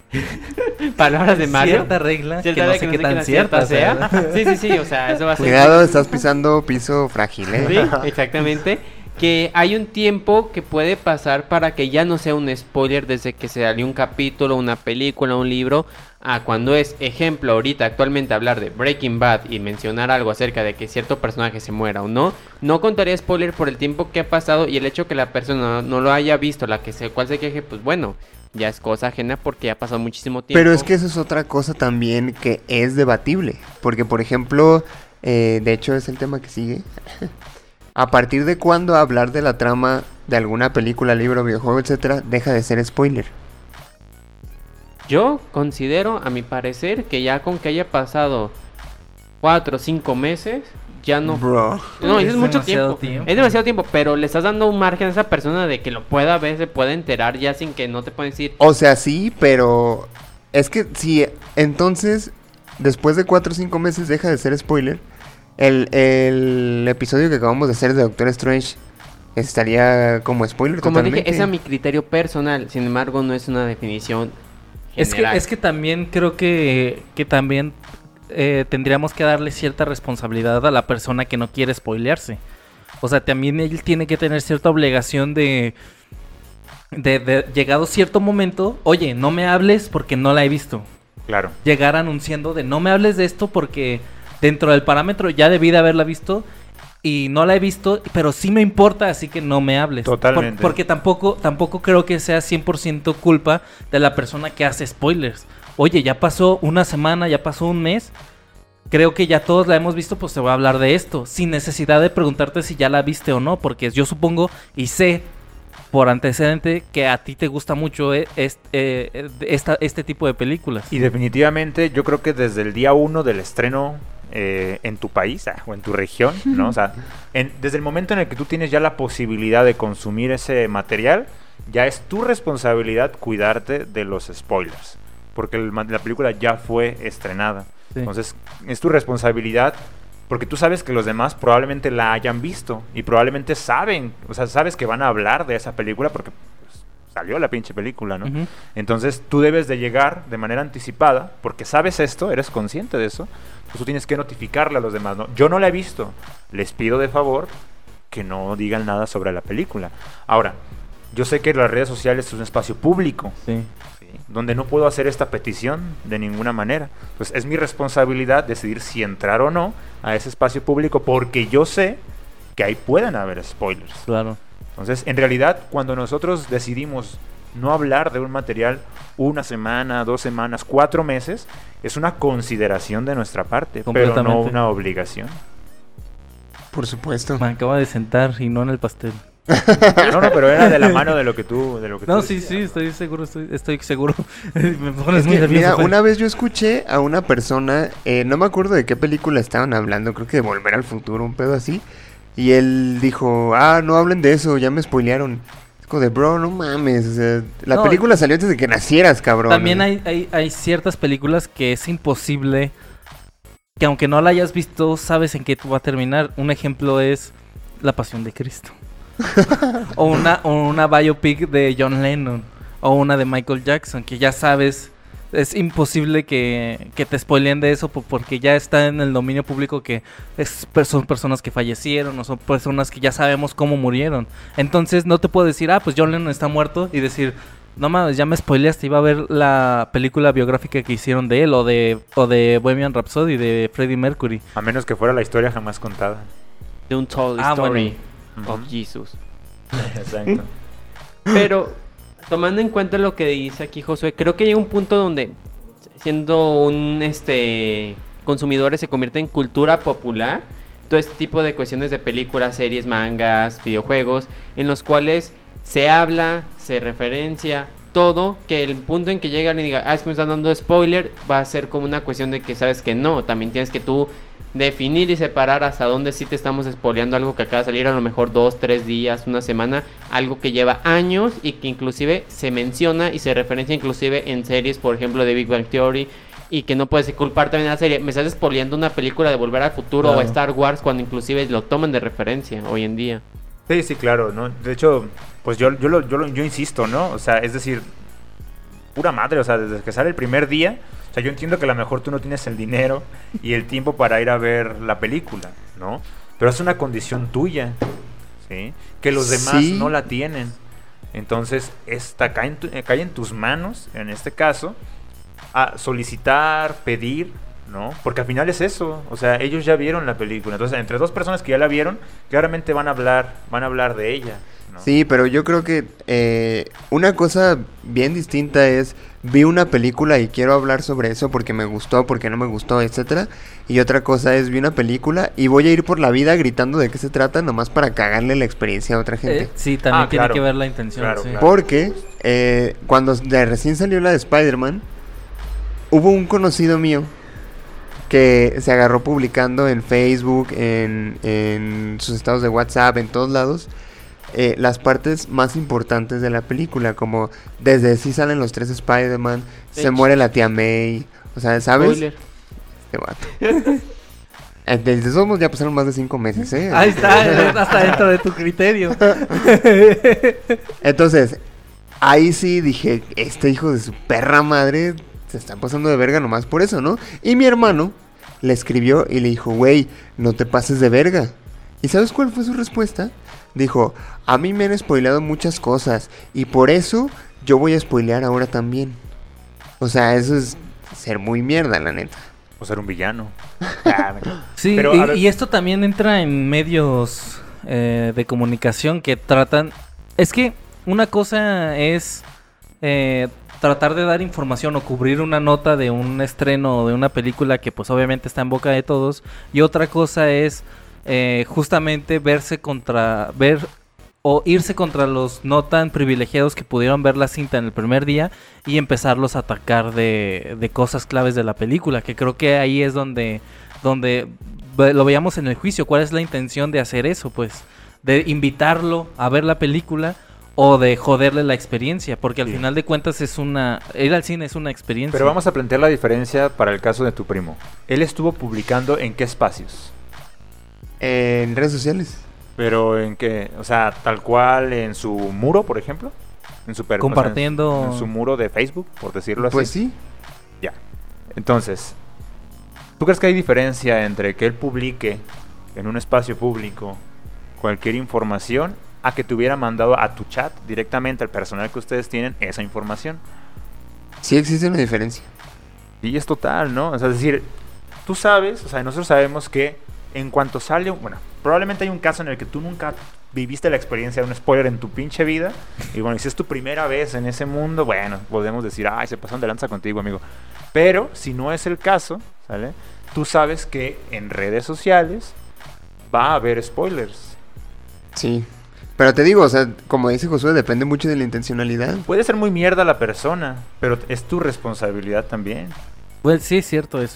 Palabras de Mario. Cierta regla Cierta que no regla sé qué tan cierta sea. Sí, sí, sí, o sea, eso va a ser... Cuidado, estás pisando piso frágil, ¿eh? Sí, exactamente. Que hay un tiempo que puede pasar para que ya no sea un spoiler desde que se salió un capítulo, una película, un libro, a cuando es, ejemplo, ahorita actualmente hablar de Breaking Bad y mencionar algo acerca de que cierto personaje se muera o no, no contaría spoiler por el tiempo que ha pasado y el hecho que la persona no, no lo haya visto, la que se, cual se queje, pues bueno, ya es cosa ajena porque ya ha pasado muchísimo tiempo. Pero es que eso es otra cosa también que es debatible. Porque, por ejemplo, eh, de hecho es el tema que sigue. ¿A partir de cuándo hablar de la trama de alguna película, libro, videojuego, etcétera, deja de ser spoiler? Yo considero, a mi parecer, que ya con que haya pasado cuatro o cinco meses, ya no... Bro. No, Es es, mucho demasiado tiempo. tiempo. Es demasiado tiempo, pero le estás dando un margen a esa persona de que lo pueda ver, se pueda enterar ya sin que no te puedan decir... O sea, sí, pero es que si entonces, después de cuatro o cinco meses deja de ser spoiler, el, el episodio que acabamos de hacer de Doctor Strange estaría como spoiler Como totalmente. dije, es a mi criterio personal, sin embargo no es una definición Es que, general. es que también creo que, que también eh, tendríamos que darle cierta responsabilidad a la persona que no quiere spoilearse. O sea, también él tiene que tener cierta obligación de, de, de llegado cierto momento, oye, no me hables porque no la he visto. Claro. Llegar anunciando de no me hables de esto porque dentro del parámetro ya debí de haberla visto y no la he visto, pero sí me importa, así que no me hables. Totalmente. Por- porque tampoco, tampoco creo que sea cien por ciento culpa de la persona que hace spoilers. Oye, ya pasó una semana, ya pasó un mes. Creo que ya todos la hemos visto, pues se va a hablar de esto. Sin necesidad de preguntarte si ya la viste o no. Porque yo supongo y sé por antecedente que a ti te gusta mucho eh, est- eh, eh, esta, este tipo de películas. Y definitivamente yo creo que desde el día uno del estreno eh, en tu país ah, o en tu región, ¿no? O sea, en- desde el momento en el que tú tienes ya la posibilidad de consumir ese material, ya es tu responsabilidad cuidarte de los spoilers. Porque el ma- la película ya fue estrenada. Sí. Entonces, es tu responsabilidad porque tú sabes que los demás probablemente la hayan visto y probablemente saben, o sea, sabes que van a hablar de esa película porque pues, salió la pinche película, ¿no? Ujú. Entonces tú debes de llegar de manera anticipada, porque sabes esto, eres consciente de eso, pues tú tienes que notificarle a los demás, ¿no? Yo no la he visto, les pido de favor que no digan nada sobre la película. Ahora, yo sé que las redes sociales es un espacio público, Sí. ¿sí? Donde no puedo hacer esta petición de ninguna manera. Pues es mi responsabilidad decidir si entrar o no a ese espacio público, porque yo sé que ahí pueden haber spoilers. Claro. Entonces, en realidad, cuando nosotros decidimos no hablar de un material una semana, dos semanas, cuatro meses, es una consideración de nuestra parte, pero no Completamente. una obligación. Por supuesto. Me acaba de sentar y no en el pastel. No, no, pero era de la mano de lo que tú, de lo que No, tú sí, decías, sí, ¿no? estoy seguro, estoy, estoy seguro. Me pones Es muy que, nervioso. mira, Fer. una vez yo escuché a una persona, eh, no me acuerdo de qué película estaban hablando, creo que de Volver al Futuro, un pedo así, Y él dijo, ah, no hablen de eso, ya me spoilearon. Es como de, bro, no mames, o sea, la No, película salió antes de que nacieras, cabrón. También hay, hay, hay ciertas películas que es imposible que aunque no la hayas visto, sabes en qué va a terminar. Un ejemplo es La Pasión de Cristo. o, una, o una biopic de John Lennon. O una de Michael Jackson, que ya sabes, es imposible que, que te spoileen de eso po- porque ya está en el dominio público que es, per- son personas que fallecieron o son personas que ya sabemos cómo murieron. Entonces no te puedo decir, ah, pues John Lennon está muerto y decir, no mames, ya me spoileaste, iba a ver la película biográfica que hicieron de él o de, o de Bohemian Rhapsody de Freddie Mercury. A menos que fuera la historia jamás contada. The Untold Ah, Story bueno. of Ujú. Jesus. Exacto. Pero, tomando en cuenta lo que dice aquí Josué, creo que llega un punto donde, siendo un este consumidores se convierte en cultura popular, todo este tipo de cuestiones de películas, series, mangas, videojuegos, en los cuales se habla, se referencia, todo, que el punto en que llega alguien y diga, ah, es que me están dando spoiler, va a ser como una cuestión de que sabes que no, también tienes que tú definir y separar hasta dónde sí te estamos spoileando algo que acaba de salir a lo mejor dos, tres días, una semana, algo que lleva años y que inclusive se menciona y se referencia inclusive en series, por ejemplo de Big Bang Theory, y que no puedes culpar también a la serie, me estás spoileando una película de Volver al Futuro Claro. o Star Wars cuando inclusive lo toman de referencia hoy en día. Sí, sí, claro, ¿no? De hecho, pues yo, yo, lo, yo, lo- yo insisto, ¿no? O sea, es decir, pura madre, o sea, desde que sale el primer día, o sea, yo entiendo que a lo mejor tú no tienes el dinero y el tiempo para ir a ver la película, ¿no? Pero es una condición tuya, ¿sí? Que los demás Sí. no la tienen. Entonces, esta cae en, tu- eh, cae en tus manos, en este caso, a solicitar, pedir, ¿no? Porque al final es eso, o sea, ellos ya vieron la película. Entonces, entre dos personas que ya la vieron, claramente van a hablar, van a hablar de ella, ¿no? Sí, pero yo creo que eh, una cosa bien distinta es vi una película y quiero hablar sobre eso porque me gustó, porque no me gustó, etcétera. Y otra cosa es vi una película y voy a ir por la vida gritando de qué se trata nomás para cagarle la experiencia a otra gente. Eh, sí, también Ah, tiene claro. que ver la intención. Claro, sí. claro. Porque eh, cuando de recién salió la de Spider-Man, hubo un conocido mío que se agarró publicando en Facebook, en, en sus estados de WhatsApp, en todos lados, eh, las partes más importantes de la película, como desde si salen los tres Spider-Man, se hecho. muere la tía May, o sea, ¿sabes? Spoiler. Este vato. Eh, Desde somos ya pasaron más de cinco meses, ¿eh? Ahí está, hasta dentro de tu criterio. Entonces, ahí sí dije, este hijo de su perra madre se está pasando de verga nomás por eso, ¿no? Y mi hermano le escribió y le dijo, güey, no te pases de verga. ¿Y sabes cuál fue su respuesta? Dijo, a mí me han spoileado muchas cosas y por eso yo voy a spoilear ahora también. O sea, eso es ser muy mierda, la neta. O ser un villano. Ah, me- Sí, Pero, y, a ver- y esto también entra en medios eh, de comunicación que tratan... Es que una cosa es eh, tratar de dar información o cubrir una nota de un estreno o de una película que pues obviamente está en boca de todos. Y otra cosa es eh, justamente verse contra... ver o irse contra los no tan privilegiados que pudieron ver la cinta en el primer día y empezarlos a atacar de, de cosas claves de la película, que creo que ahí es donde, donde ve- lo veíamos en el juicio. ¿Cuál es la intención de hacer eso? Pues de invitarlo a ver la película o de joderle la experiencia, porque al Sí. final de cuentas es una... ir al cine es una experiencia. Pero vamos a plantear la diferencia para el caso de tu primo. Él estuvo publicando en qué espacios. En redes sociales. Pero en qué, o sea, tal cual en su muro, por ejemplo. En su per- o sea, en- Compartiendo- en su muro de Facebook, por decirlo así. Pues sí. Ya. Entonces, ¿tú crees que hay diferencia entre que él publique en un espacio público cualquier información a que te hubiera mandado a tu chat directamente al personal que ustedes tienen esa información? Sí existe una diferencia. Y es total, ¿no? O sea, es decir, tú sabes, o sea, nosotros sabemos que en cuanto sale, bueno, probablemente hay un caso en el que tú nunca viviste la experiencia de un spoiler en tu pinche vida. Y bueno, y si es tu primera vez en ese mundo, bueno, podemos decir, ay, se pasaron de lanza contigo, amigo. Pero si no es el caso, ¿sale? Tú sabes que en redes sociales va a haber spoilers. Sí. Pero te digo, o sea, como dice Josué, depende mucho de la intencionalidad. Puede ser muy mierda la persona, pero es tu responsabilidad también. Pues sí, es cierto eso.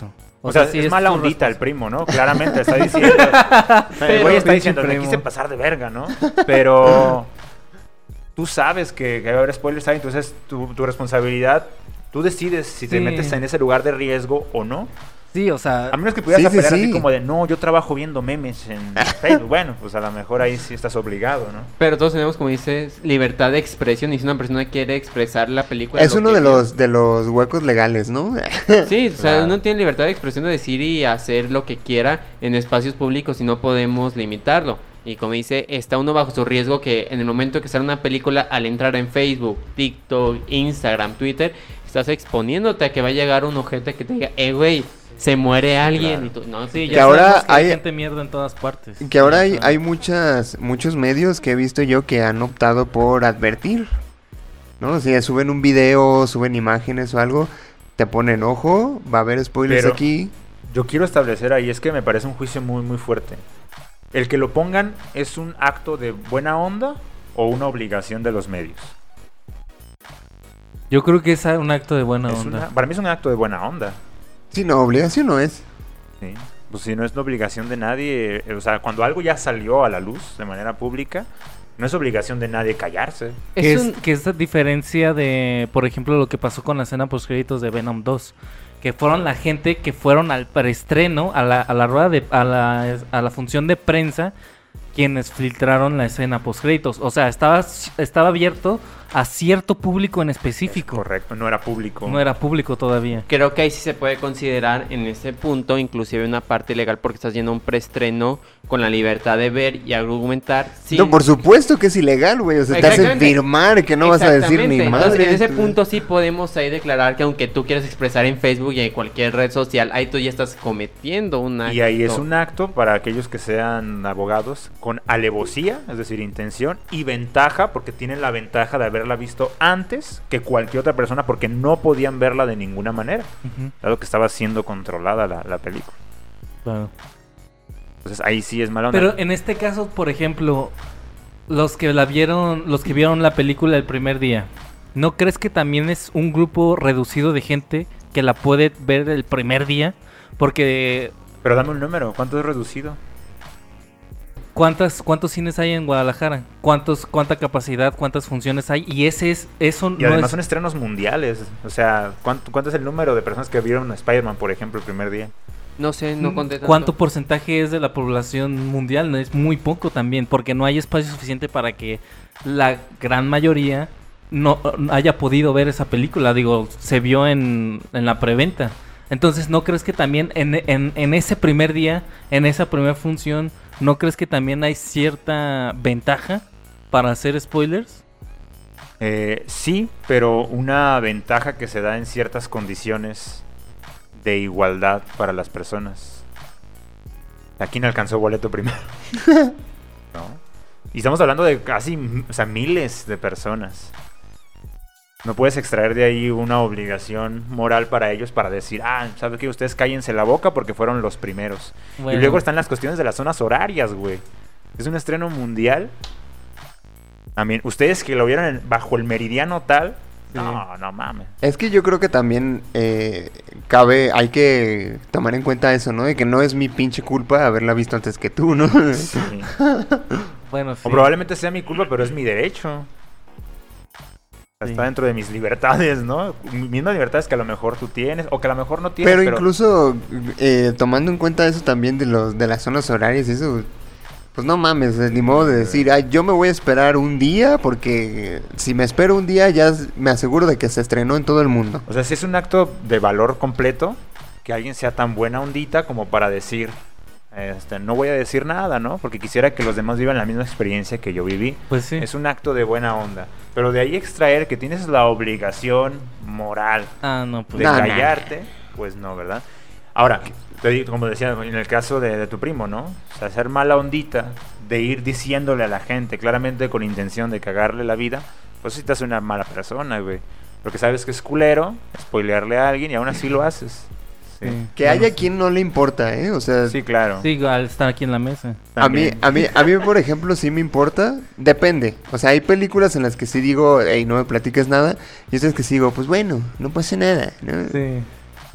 O, sea, sí es mala tu ondita el responsa- primo, ¿no? Claramente está diciendo. el güey está pinche diciendo, me primo. quise pasar de verga, ¿no? Pero tú sabes que, que va a haber spoilers ahí, entonces tu, tu responsabilidad, tú decides si te Sí. metes en ese lugar de riesgo o no. Sí, o sea, A menos que pudieras Sí, sí, apelar así sí. como de, no, yo trabajo viendo memes en Facebook. Bueno, pues a lo mejor ahí sí estás obligado, ¿no? Pero todos tenemos, como dices, libertad de expresión y si una persona quiere expresar la película... Es lo uno que de quiera. los de los huecos legales, ¿no? Sí, o sea, Claro. uno tiene libertad de expresión de decir y hacer lo que quiera en espacios públicos y no podemos limitarlo. Y como dice, está uno bajo su riesgo que en el momento que sale una película, al entrar en Facebook, TikTok, Instagram, Twitter, estás exponiéndote a que va a llegar un ojete que te diga, eh, güey, se muere alguien. Claro. Y tú, no, sí, sí, ya Que ahora sabemos que hay hay- gente mierda en todas partes. Que ahora O hay, sea, hay muchas muchos medios que he visto yo que han optado por advertir, ¿no? O sea, suben un video, suben imágenes o algo, te ponen ojo, va a haber spoilers Pero- aquí. Yo quiero establecer ahí, es que me parece un juicio muy, muy fuerte. ¿El que lo pongan es un acto de buena onda o una obligación de los medios? Yo creo que es un acto de buena Es onda. una- para mí es un acto de buena onda. Sí, no, obligación no es. ¿Sí? Pues si no es una obligación de nadie, eh, o sea, cuando algo ya salió a la luz de manera pública, no es obligación de nadie callarse. Que Es es, un- que es la diferencia de, por ejemplo, lo que pasó con la escena post créditos de Venom dos. Que fueron la gente que fueron al preestreno, a la, a la rueda de, a la, a la función de prensa, quienes filtraron la escena post créditos. O sea, estaba, estaba abierto a cierto público en específico. Correcto, no era público. No era público todavía. Creo que ahí sí se puede considerar en ese punto inclusive una parte legal porque estás yendo a un preestreno con la libertad de ver y argumentar. sin- No, por supuesto que es ilegal, güey. O sea, te hacen Exactamente. firmar que no vas a decir ni Exactamente. madre. Entonces, en ese punto sí podemos ahí declarar que aunque tú quieras expresar en Facebook y en cualquier red social, ahí tú ya estás cometiendo un acto. Y ahí es un acto para aquellos que sean abogados con alevosía, es decir, intención y ventaja, porque tienen la ventaja de haberla visto antes que cualquier otra persona, porque no podían verla de ninguna manera, Ujú, dado que estaba siendo controlada la, la película. claro. Entonces ahí sí es mala onda. Pero en este caso, por ejemplo, los que la vieron, los que vieron la película el primer día, ¿no crees que también es un grupo reducido de gente que la puede ver el primer día? Porque Pero dame un número, ¿cuánto es reducido? ¿cuántas, ¿cuántos cines hay en Guadalajara? ¿Cuántos, ¿Cuánta capacidad, cuántas funciones hay? Y ese es, eso Y no además es... son estrenos mundiales. O sea, ¿cuánto, ¿cuánto es el número de personas que vieron a Spider-Man, por ejemplo, el primer día? No sé, no conté tanto. ¿Cuánto porcentaje es de la población mundial? No, es muy poco también, porque no hay espacio suficiente para que la gran mayoría no no haya podido ver esa película. Digo, se vio en, en la preventa. Entonces, ¿no crees que también en, en, en ese primer día, en esa primera función, ¿no crees que también hay cierta ventaja para hacer spoilers? Eh, sí, pero una ventaja que se da en ciertas condiciones de igualdad para las personas. Aquí no alcanzó boleto primero. ¿No? Y estamos hablando de casi, o sea, miles de personas. No puedes extraer de ahí una obligación moral para ellos para decir, ah, ¿sabes qué? Ustedes cállense la boca porque fueron los primeros. Bueno, Y luego están las cuestiones de las zonas horarias, güey. Es un estreno mundial. A mí, ustedes que lo vieron en- bajo el meridiano tal, no, no mames. Es que yo creo que también eh, cabe, hay que tomar en cuenta eso, ¿no? De que no es mi pinche culpa haberla visto antes que tú, ¿no? Sí. bueno, sí. O probablemente sea mi culpa, pero es mi derecho. Sí. Está dentro de mis libertades, ¿no? Mismas libertades que a lo mejor tú tienes, o que a lo mejor no tienes. Pero Pero, incluso eh, tomando en cuenta eso también de los de las zonas horarias, eso, pues no mames, ni modo de decir, ay, yo me voy a esperar un día porque si me espero un día ya s- me aseguro de que se estrenó en todo el mundo. O sea, si es un acto de valor completo, que alguien sea tan buena ondita como para decir, este, no voy a decir nada, ¿no? Porque quisiera que los demás vivan la misma experiencia que yo viví. Pues sí. Es un acto de buena onda. Pero de ahí extraer que tienes la obligación moral Ah, no, pues... de No, no, callarte, pues no, ¿verdad? Ahora, te digo, como decía en el caso de, de tu primo, ¿no? O sea, hacer mala ondita, de ir diciéndole a la gente claramente con intención de cagarle la vida, pues sí te hace una mala persona, güey. Porque sabes que es culero, spoilearle a alguien y aún así lo haces. Sí, Sí. Que haya quien no le importa, ¿eh? O sea, sí, claro. Sí, al estar aquí en la mesa. a mí, También. a mí, a mí, por ejemplo, sí me importa. Depende. O sea, hay películas en las que sí digo, hey, no me platiques nada. Y otras que sí digo, pues bueno, no pasa nada, ¿no? Sí. Sí.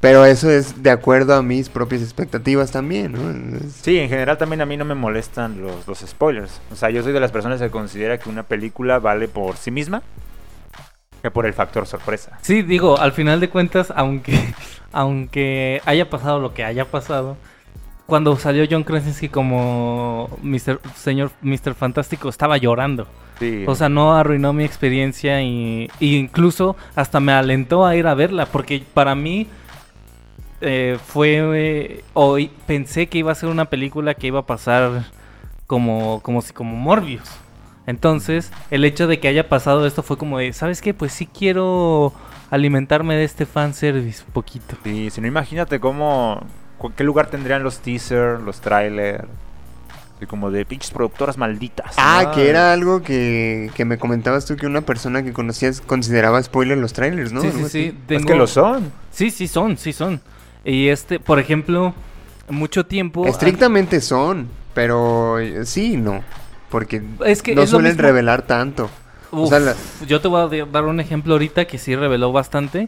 Pero eso es de acuerdo a mis propias expectativas también, ¿no? Es- Sí, en general también a mí no me molestan los, los spoilers. O sea, yo soy de las personas que considera que una película vale por sí misma que por el factor sorpresa. Sí, digo, al final de cuentas, aunque, aunque haya pasado lo que haya pasado, cuando salió John Krasinski como mister señor mister Fantástico, estaba llorando. Sí. O sea, no arruinó mi experiencia y, y incluso hasta me alentó a ir a verla, porque para mí eh, fue... eh, hoy pensé que iba a ser una película que iba a pasar como, como, si- como Morbius. Entonces, el hecho de que haya pasado esto fue como de, ¿sabes qué? Pues sí quiero alimentarme de este fanservice un poquito. Sí, si no, imagínate cómo... cu- ¿Qué lugar tendrían los teasers, los trailers? Así como de pinches productoras malditas. Ah, ¿no? que era algo que, que me comentabas tú que una persona que conocías consideraba spoiler los trailers, ¿no? sí, Algo sí, así. sí. Es tengo- que lo son. Sí, sí son, sí son. Y este, por ejemplo, mucho tiempo... Estrictamente son, pero eh, sí y no. Porque Es que no es lo suelen mismo. revelar tanto. Uf, O sea, la- yo te voy a de- dar un ejemplo ahorita que sí reveló bastante.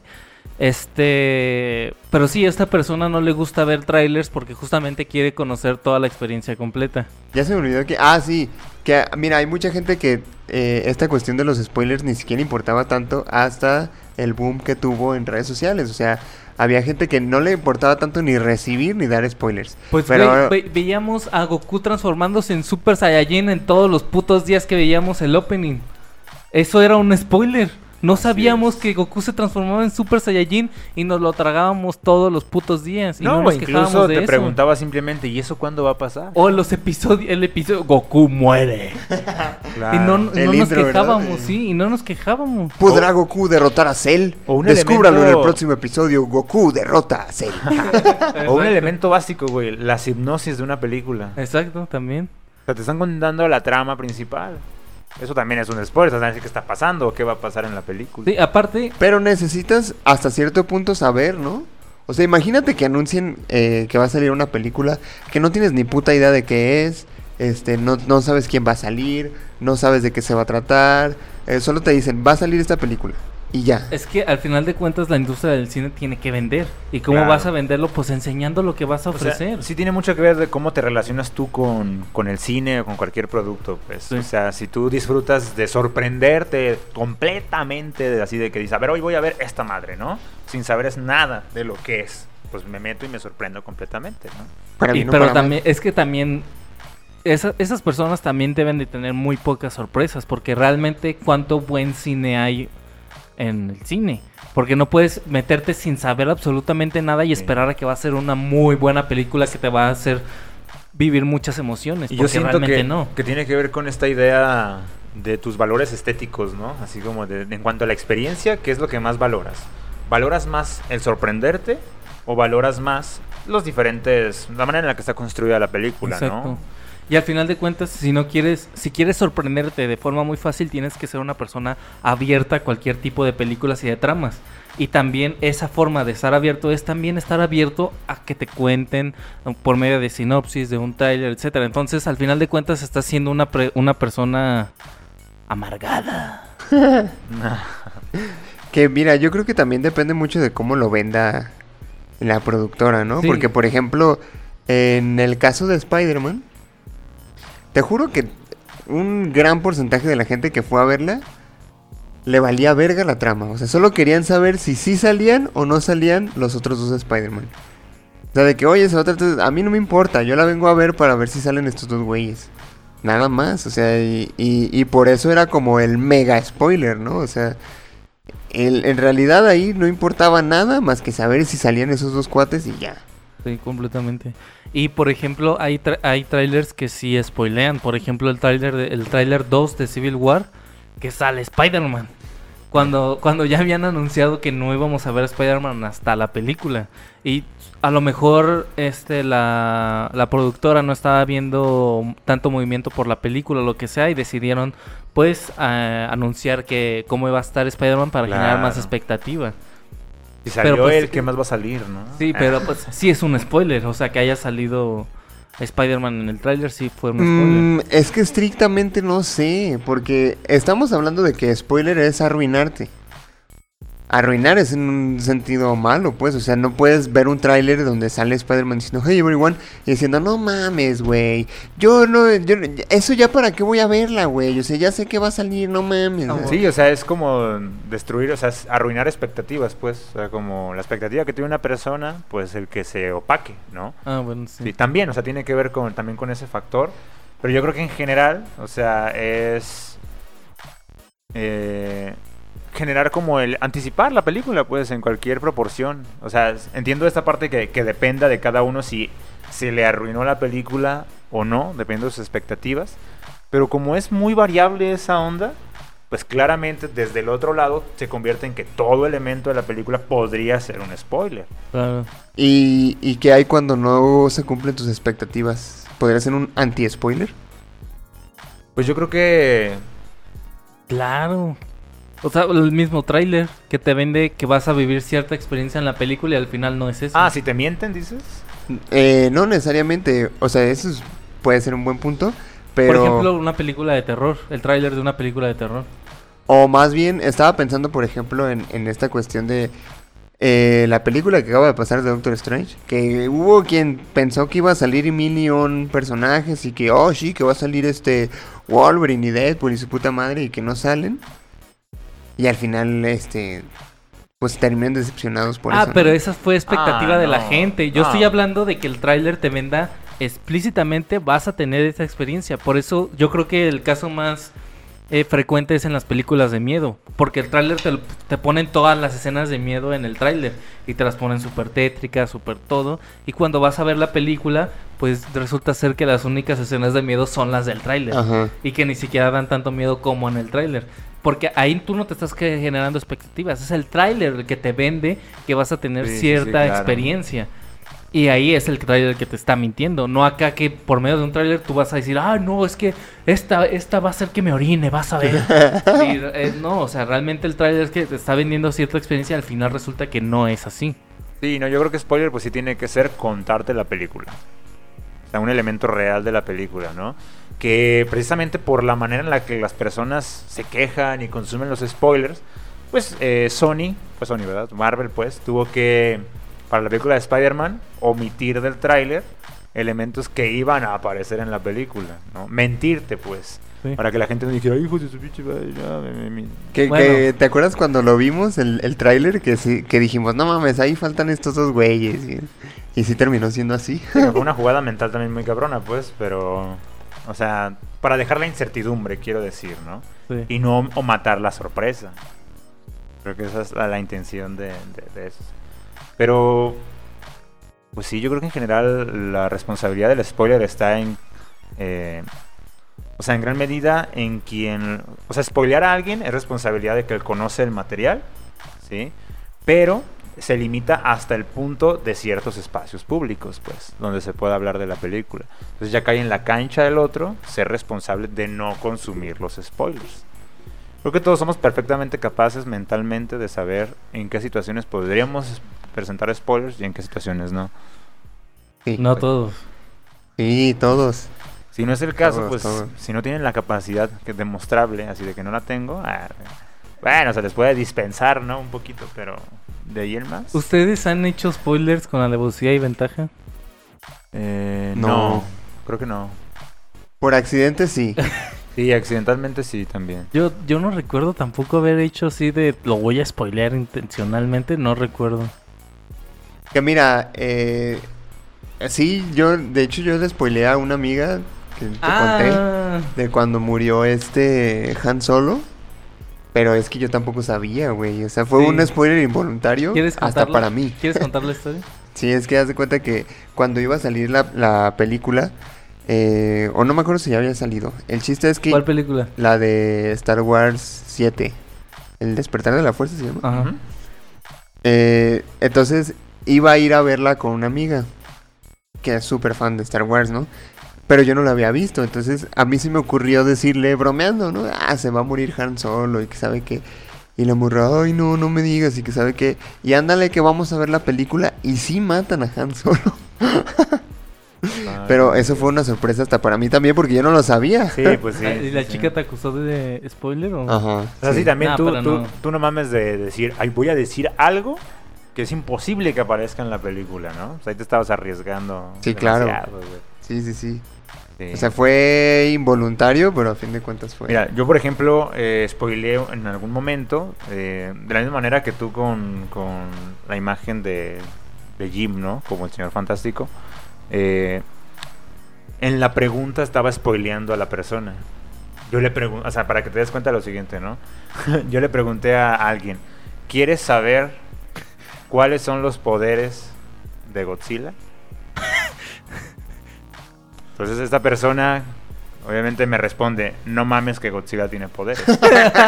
Este, pero sí, a esta persona no le gusta ver trailers porque justamente quiere conocer toda la experiencia completa. Ya se me olvidó que... Ah, sí. Que, ah, mira, hay mucha gente que eh, esta cuestión de los spoilers ni siquiera importaba tanto hasta el boom que tuvo en redes sociales. O sea, había gente que no le importaba tanto ni recibir ni dar spoilers. Pues Pero ve- ve- veíamos a Goku transformándose en Super Saiyajin en todos los putos días que veíamos el opening. Eso era un spoiler. No Así sabíamos es. que Goku se transformaba en Super Saiyajin y nos lo tragábamos todos los putos días. Y no, No, nos incluso quejábamos de te eso. preguntaba simplemente, ¿y eso cuándo va a pasar? O los episodios, el episodio Goku muere. Claro. Y no, no El nos intro, ¿verdad? quejábamos, Eh. sí, y no nos quejábamos. ¿podrá Goku derrotar a Cell? o un Descúbralo en el elemento- próximo episodio. Goku derrota a Cell. O un Exacto. elemento básico, güey, la hipnosis de una película. Exacto, también. O sea, te están contando la trama principal. Eso también es un spoiler, te van a decir qué está pasando o qué va a pasar en la película. Sí, aparte, Pero necesitas hasta cierto punto saber, ¿no? O sea, imagínate que anuncien eh, que va a salir una película que no tienes ni puta idea de qué es, este, no, no sabes quién va a salir, no sabes de qué se va a tratar, eh, solo te dicen, va a salir esta película, y ya. es que al final de cuentas la industria del cine tiene que vender. ¿Y cómo Claro. vas a venderlo? Pues enseñando lo que vas a O sea, ofrecer. sí tiene mucho que ver de cómo te relacionas tú con, con el cine o con cualquier producto, pues. Sí. O sea, si tú disfrutas de sorprenderte completamente, de, así de que dices, a ver, hoy voy a ver esta madre, ¿no? Sin saber es nada de lo que es. Pues me meto y me sorprendo completamente, ¿no? Para Y- bien o pero para mal. también, es que también esa- esas personas también deben de tener muy pocas sorpresas, porque realmente cuánto buen cine hay en el cine, porque no puedes meterte sin saber absolutamente nada y Sí. esperar a que va a ser una muy buena película que te va a hacer vivir muchas emociones, Y porque yo siento realmente que, no. que tiene que ver con esta idea de tus valores estéticos, ¿no? Así como de, en cuanto a la experiencia, ¿qué es lo que más valoras? ¿Valoras más el sorprenderte o valoras más los diferentes, la manera en la que está construida la película, Exacto. ¿no? Y al final de cuentas, si no quieres, si quieres sorprenderte de forma muy fácil, tienes que ser una persona abierta a cualquier tipo de películas y de tramas. Y también esa forma de estar abierto es también estar abierto a que te cuenten uh, por medio de sinopsis, de un tráiler, etcétera. Entonces, al final de cuentas, estás siendo una pre- una persona amargada. Que mira, yo creo que también depende mucho de cómo lo venda la productora, ¿no? Sí. Porque, por ejemplo, en el caso de Spider-Man, te juro que un gran porcentaje de la gente que fue a verla le valía verga la trama. O sea, solo querían saber si sí salían o no salían los otros dos Spider-Man. O sea, de que, oye, se va a tratar... A mí no me importa, yo la vengo a ver para ver si salen estos dos güeyes. Nada más, o sea, y, y, y por eso era como el mega spoiler, ¿no? O sea, el- en realidad ahí no importaba nada más que saber si salían esos dos cuates y ya. Sí, completamente. Y por ejemplo, hay, tra- hay trailers que sí spoilean. Por ejemplo, el trailer de- el trailer dos de Civil War, que sale Spider-Man. Cuando, cuando ya habían anunciado que no íbamos a ver a Spider-Man hasta la película. Y a lo mejor este la, la productora no estaba viendo tanto movimiento por la película o lo que sea y decidieron pues a- anunciar que cómo iba a estar Spider-Man para generar más Claro. expectativa. Si salió Pero, pues, el que más va a salir, ¿no? Sí, pero pues sí es un spoiler, o sea, que haya salido Spider-Man en el tráiler sí fue un spoiler. Mm, es que estrictamente no sé, porque estamos hablando de que spoiler es arruinarte. Arruinar es en un sentido malo, pues. O sea, no puedes ver un tráiler donde sale Spider-Man diciendo, hey, everyone, y diciendo, no mames, güey. Yo no, yo, eso ya para qué voy a verla, güey. O sea, ya sé que va a salir, no mames. Ah, ¿no? Sí, o sea, es como destruir, o sea, es arruinar expectativas, pues. O sea, como la expectativa que tiene una persona, pues el que se opaque, ¿no? Ah, bueno, sí. Sí, también, o sea, tiene que ver con, también con ese factor. Pero yo creo que en general, o sea, es eh, generar como el anticipar la película, pues, en cualquier proporción. O sea, s- entiendo esta parte que, que dependa de cada uno si se le arruinó la película o no, depende de sus expectativas. Pero como es muy variable esa onda, pues claramente desde el otro lado se convierte en que todo elemento de la película podría ser un spoiler. Claro. ¿Y, y qué hay cuando no se cumplen tus expectativas? ¿Podría ser un anti-spoiler? Pues yo creo que Claro. O sea, el mismo tráiler que te vende que vas a vivir cierta experiencia en la película y al final no es eso. Ah, si te mienten, dices. Eh, no necesariamente. O sea, eso es- puede ser un buen punto. Pero... Por ejemplo, una película de terror. El tráiler de una película de terror. O más bien, estaba pensando, por ejemplo, en, en esta cuestión de eh, la película que acaba de pasar de Doctor Strange. Que hubo quien pensó que iba a salir mil y un personajes y que, oh, sí, que va a salir este Wolverine y Deadpool y su puta madre y que no salen. Y al final, este, pues terminan decepcionados por ah, eso. ¿no? pero esa fue expectativa Ah, de la no. gente. Yo No. estoy hablando de que el tráiler te venda explícitamente vas a tener esa experiencia. Por eso yo creo que el caso más eh, frecuente es en las películas de miedo. Porque el tráiler te, te ponen todas las escenas de miedo en el tráiler. Y te las ponen súper tétricas, súper todo. Y cuando vas a ver la película, pues resulta ser que las únicas escenas de miedo son las del tráiler. Ajá. Y que ni siquiera dan tanto miedo como en el tráiler. Porque ahí tú no te estás que- generando expectativas. Es el tráiler el que te vende que vas a tener Sí, sí, sí, cierta claro. experiencia. Y ahí es el tráiler que te está mintiendo. No acá que por medio de un tráiler tú vas a decir, ah, no, es que esta, esta va a hacer que me orine, vas a ver. Sí, eh, no, o sea, realmente el tráiler es que te está vendiendo cierta experiencia y al final resulta que no es así. Sí, no, yo creo que spoiler pues sí tiene que ser contarte la película. O sea, un elemento real de la película, ¿no? Que precisamente por la manera en la que las personas se quejan y consumen los spoilers, pues eh, Sony, pues Sony, ¿verdad? Marvel, pues, tuvo que, para la película de Spider-Man, omitir del tráiler elementos que iban a aparecer en la película, ¿no? Mentirte, pues, Sí. para que la gente no dijera, hijos de su pinche madre, ya, me- me- me". Que, Bueno. que- ¿te acuerdas cuando lo vimos, el, el tráiler? Que, sí, que dijimos, no mames, ahí faltan estos dos güeyes. Y, y sí terminó siendo así. Fue una jugada mental también muy cabrona, pues, pero... O sea, para dejar la incertidumbre, quiero decir, ¿no? Sí. Y no o matar la sorpresa. Creo que esa es la, la intención de, de- de eso. Pero... Pues sí, yo creo que en general la responsabilidad del spoiler está en... eh, o sea, en gran medida en quien... O sea, spoilear a alguien es responsabilidad de que él conoce el material, ¿sí? Pero se limita hasta el punto de ciertos espacios públicos, pues, donde se puede hablar de la película. Entonces ya cae en la cancha del otro ser responsable de no consumir los spoilers. Creo que todos somos perfectamente capaces mentalmente de saber en qué situaciones podríamos presentar spoilers y en qué situaciones no. Sí, No pues. todos. Sí, todos. Si no es el caso, Todos, pues todos. si no tienen la capacidad que demostrable, así de que no la tengo, ah, bueno, se les puede dispensar, ¿no? Un poquito, pero de ahí en más. ¿Ustedes han hecho spoilers con alevosía y ventaja? Eh, No. no, creo que no. Por accidente sí. Sí, accidentalmente sí también. Yo, yo no recuerdo tampoco haber hecho así de lo voy a spoilear intencionalmente, no recuerdo. Que mira, eh, sí, yo, de hecho yo le spoileé a una amiga que te Ah, conté de cuando murió este Han Solo. Pero es que yo tampoco sabía, güey. O sea, fue Sí. un spoiler involuntario ¿quieres hasta contarlo? para mí. ¿Quieres contar la historia? Sí, es que haz de cuenta que cuando iba a salir la, la película, eh, o no me acuerdo si ya había salido. El chiste es que ¿Cuál película? la de Star Wars siete, El despertar de la fuerza se llama. Ajá. Ujú. Eh, entonces iba a ir a verla con una amiga que es súper fan de Star Wars, ¿no? Pero yo no la había visto, entonces a mí se me ocurrió decirle, bromeando, ¿no? Ah, se va a morir Han Solo y que sabe que... Y la morra, ay, no, no me digas y que sabe que... Y ándale que vamos a ver la película y sí matan a Han Solo. Ah, Pero eso fue una sorpresa hasta para mí también porque yo no lo sabía. Sí, pues sí. ¿Y la sí. chica te acusó de spoiler o...? Ajá. O sea, sí, también No, tú, pero tú, no. tú no mames de decir, ay, voy a decir algo que es imposible que aparezca en la película, ¿no? O sea, ahí te estabas arriesgando. Sí, claro. demasiado, güey. Sí, sí, sí. Sí. O sea, fue involuntario, pero a fin de cuentas fue. Mira, yo por ejemplo eh, spoileé en algún momento, eh, de la misma manera que tú con, con la imagen de, de Jim, ¿no? Como el señor fantástico. Eh, en la pregunta estaba spoileando a la persona. Yo le pregunté, o sea, para que te des cuenta de lo siguiente, ¿no? Yo le pregunté a alguien, ¿quieres saber cuáles son los poderes de Godzilla? Entonces esta persona obviamente me responde, no mames que Godzilla tiene poderes. O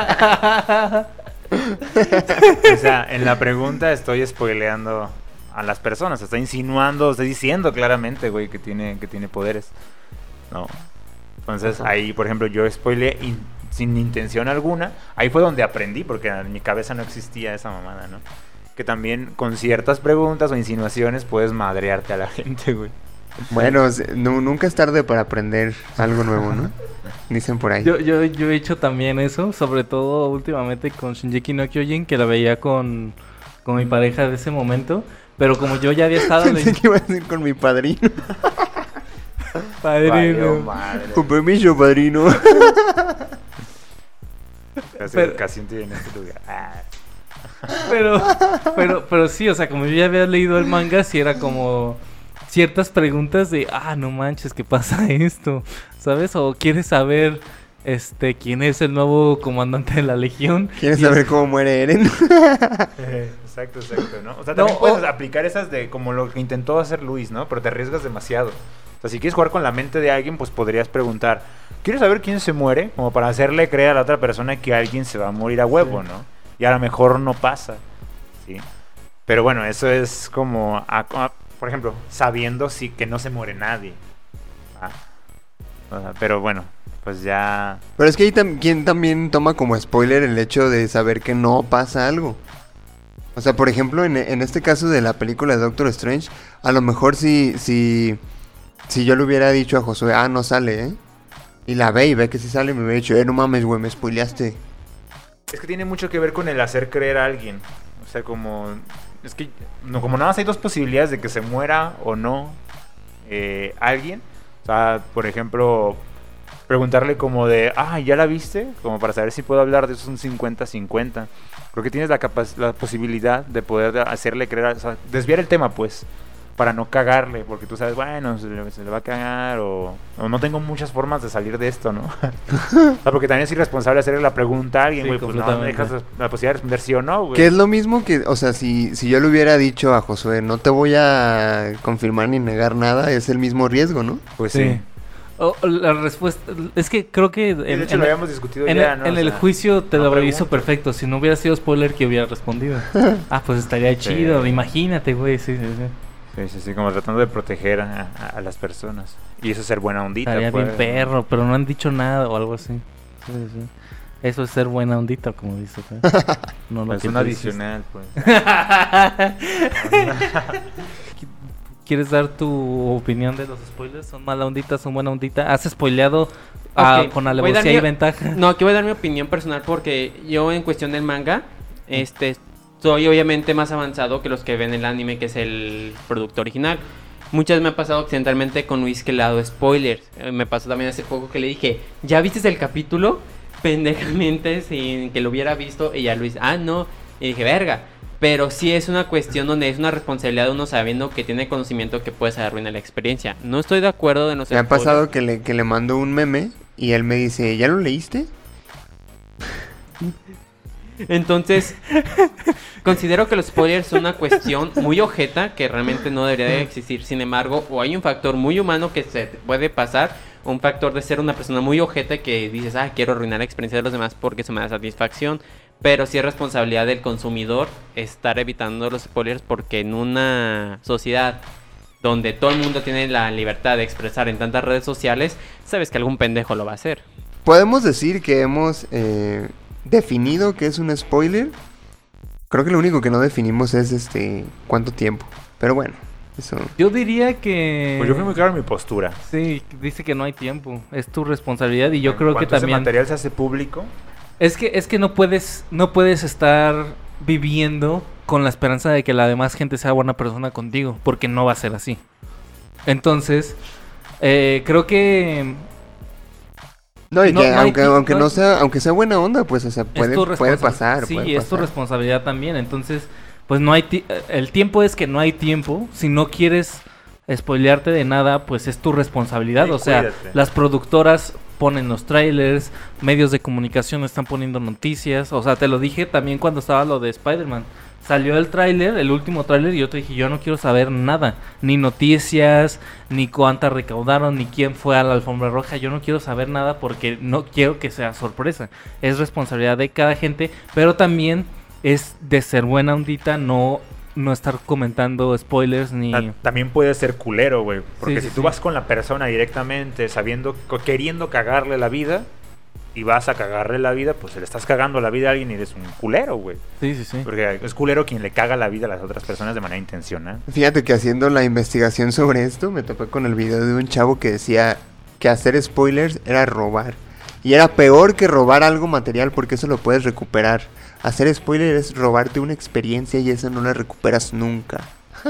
sea, en la pregunta estoy spoileando a las personas, estoy insinuando, estoy diciendo claramente, güey, que tiene, que tiene poderes. No. Entonces Ajá. ahí, por ejemplo, yo spoileé in- sin intención alguna. Ahí fue donde aprendí, porque en mi cabeza no existía esa mamada, ¿no? Que también con ciertas preguntas o insinuaciones puedes madrearte a la gente, güey. Bueno, se- nu- nunca es tarde para aprender algo nuevo, ¿no? Dicen por ahí. Yo, yo, yo he hecho también eso, sobre todo últimamente con Shingeki no Kyojin, que la veía con, con mi pareja de ese momento. Pero como yo ya había estado... Pensé que iba a decir con mi padrino. Valió Padrino. madre. Con permiso, padrino. Casi Pero- educación en este lugar. Ah. Pero, pero, pero sí, o sea, como yo ya había leído el manga, sí era como ciertas preguntas de, ah, no manches, ¿qué pasa esto? ¿Sabes? O quieres saber, este, quién es el nuevo comandante de la Legión. ¿Quieres Y saber es- cómo muere Eren? Exacto, exacto, ¿no? O sea, No, también puedes o- aplicar esas de como lo que intentó hacer Luis, ¿no? Pero te arriesgas demasiado. O sea, si quieres jugar con la mente de alguien, pues podrías preguntar, ¿quieres saber quién se muere? Como para hacerle creer a la otra persona que alguien se va a morir a huevo, Sí. ¿no? Y a lo mejor no pasa, ¿sí? Pero bueno, eso es como, a- a- por ejemplo, sabiendo sí que no se muere nadie. ¿va? O sea, pero bueno, pues ya... Pero es que ahí tam- ¿quién también toma como spoiler el hecho de saber que no pasa algo? O sea, por ejemplo, en, en este caso de la película de Doctor Strange, a lo mejor si, si, si yo le hubiera dicho a Josué, ah, no sale, ¿eh? Y la ve y ve que sí sale, me hubiera dicho, eh, no mames, güey, me spoileaste. Es que tiene mucho que ver con el hacer creer a alguien. O sea, como... Es que no, como nada más hay dos posibilidades de que se muera o no eh, alguien. O sea, por ejemplo, preguntarle como de, ah, ¿ya la viste? Como para saber si puedo hablar de eso, un cincuenta cincuenta. Creo que tienes la, capac- la posibilidad de poder hacerle creer, o sea, desviar el tema, pues, para no cagarle, porque tú sabes, bueno, se le, se le va a cagar o, o no tengo muchas formas de salir de esto, ¿no? O sea, porque también es irresponsable hacerle la pregunta a alguien, Sí, güey, pues no completamente. dejas la posibilidad de responder sí o no, güey. Que es lo mismo que, o sea, si, si yo le hubiera dicho a Josué, no te voy a confirmar ni negar nada, es el mismo riesgo, ¿no? Pues Sí. sí. O- o la respuesta, es que creo que... Y de en- hecho en- lo habíamos discutido En, ya, el, ¿no? en O el sea, juicio te no lo hizo preguntes. perfecto. Si no hubiera sido spoiler, que hubiera respondido. Ah, pues estaría Sí. chido. Imagínate, güey. Sí, sí, sí. Sí, sí, sí, como tratando de proteger a, a- a las personas. Y eso es ser buena ondita, Estaría pues. bien perro, pero no han dicho nada o algo así. Sí, sí. Eso es ser buena ondita, como dices. ¿eh? No lo Es que un tú dices. adicional, pues. ¿Quieres dar tu opinión de los spoilers? ¿Son mala ondita? ¿Son buena ondita? ¿Has spoileado ah, Ok, con voy a dar alevosía mi- y ventaja? No, aquí voy a dar mi opinión personal porque yo en cuestión del manga, este, soy obviamente más avanzado que los que ven el anime, que es el producto original. Muchas me ha pasado accidentalmente con Luis que le ha dado spoilers. Eh, Me pasó también hace poco que le dije, ¿ya viste el capítulo? Pendejamente, sin que lo hubiera visto. Y ya Luis, ah, no. Y dije, verga. Pero sí es una cuestión donde es una responsabilidad de uno sabiendo que tiene conocimiento que puedes arruinar la experiencia. No estoy de acuerdo de no ser Me ha pasado que le, que le mando un meme y él me dice, ¿ya lo leíste? Entonces, considero que los spoilers son una cuestión muy ojeta que realmente no debería de existir. Sin embargo, o hay un factor muy humano que se te puede pasar, o un factor de ser una persona muy ojeta que dices, ah, quiero arruinar la experiencia de los demás porque eso me da satisfacción. Pero sí es responsabilidad del consumidor estar evitando los spoilers porque en una sociedad donde todo el mundo tiene la libertad de expresar en tantas redes sociales, sabes que algún pendejo lo va a hacer. Podemos decir que hemos eh, definido qué es un spoiler. Creo que lo único que no definimos es este cuánto tiempo. Pero bueno, Eso. Yo diría que... Pues yo fui muy claro en mi postura. Sí, dice que no hay tiempo. Es tu responsabilidad y yo En creo que cuanto ese también... material se hace público, Es que, es que no puedes, no puedes estar viviendo con la esperanza de que la demás gente sea buena persona contigo, porque no va a ser así. Entonces, eh, creo que No, y No, que no hay aunque, ti- aunque no no hay- sea, aunque sea buena onda, pues, o sea, puede, es tu puede responsa- pasar. Sí, puede es tu pasar. responsabilidad también. Entonces, pues no hay ti- el tiempo es que no hay tiempo. Si no quieres spoilearte de nada, pues es tu responsabilidad. Sí, o sea, cuídate. las productoras ponen los trailers, medios de comunicación están poniendo noticias. O sea, te lo dije también cuando estaba lo de Spider-Man. Salió el tráiler, el último tráiler, y yo te dije, yo no quiero saber nada. Ni noticias, ni cuántas recaudaron, ni quién fue a la alfombra roja. Yo no quiero saber nada porque no quiero que sea sorpresa. Es responsabilidad de cada gente, pero también es de ser buena ondita, no, no estar comentando spoilers ni... ta- también puede ser culero, güey. Porque Sí, si sí, tú sí. vas con la persona directamente, sabiendo, co- queriendo cagarle la vida, y vas a cagarle la vida, pues le estás cagando la vida a alguien y eres un culero, güey. Sí, sí, sí. Porque es culero quien le caga la vida a las otras personas de manera intencional. Fíjate que haciendo la investigación sobre esto, me topé con el video de un chavo que decía que hacer spoilers era robar. Y era peor que robar algo material porque eso lo puedes recuperar. Hacer spoilers es robarte una experiencia y eso no la recuperas nunca.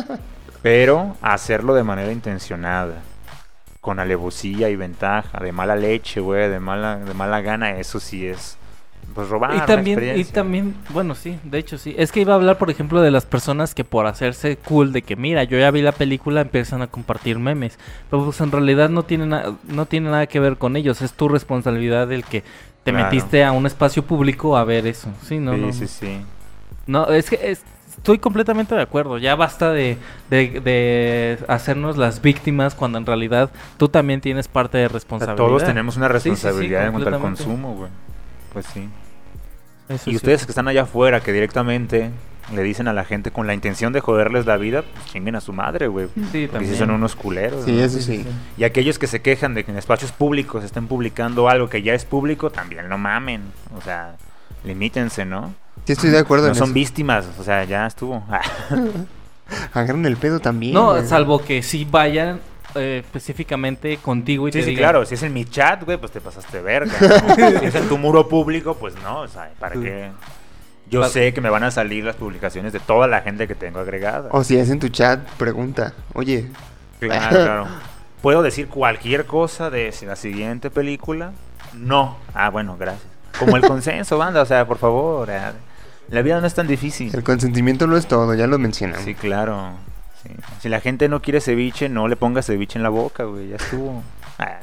Pero hacerlo de manera intencionada, con alevosía y ventaja, de mala leche, güey, de mala, de mala gana, eso sí es, pues robar Y una también, y experiencia. también, bueno, sí, de hecho sí. Es que iba a hablar, por ejemplo, de las personas que por hacerse cool, de que mira, yo ya vi la película, empiezan a compartir memes. Pero pues en realidad no tiene, na- no tiene nada que ver con ellos. Es tu responsabilidad el que te Claro. metiste a un espacio público a ver eso. Sí, no, sí, no. sí, sí. No, es que es- estoy completamente de acuerdo. Ya basta de, de, de hacernos las víctimas cuando en realidad tú también tienes parte de O sea, responsabilidad. todos tenemos una Sí, sí, sí, responsabilidad en cuanto al completamente. consumo, güey. Pues sí. Eso Y sí. ustedes que están allá afuera, que directamente le dicen a la gente con la intención de joderles la vida, pues chinguen a su madre, güey. Sí, Porque también. sí son unos culeros. Sí, ¿no? eso sí. Y aquellos que se quejan de que en espacios públicos estén publicando algo que ya es público, también no mamen. O sea, limítense, ¿no? Sí, estoy de acuerdo No en son eso. víctimas, o sea, ya estuvo. Agarran el pedo también. No, güey. salvo que sí vayan eh, específicamente contigo y Sí, te sí, digan, claro, si es en mi chat, güey, pues te pasaste de verga. ¿no? Si es en tu muro público, pues no, o sea, ¿para Sí. qué? Yo Pa- sé que me van a salir las publicaciones de toda la gente que tengo agregada. O si es en tu chat, pregunta. Oye, Claro, claro. ¿Puedo decir cualquier cosa de la siguiente película? No. Ah, bueno, gracias. Como el consenso, banda, o sea, por favor. eh, La vida no es tan difícil. el consentimiento no es todo, ya lo mencionamos. Sí, claro. Sí. Si la gente no quiere ceviche, no le pongas ceviche en la boca, güey. Ya estuvo. Ah,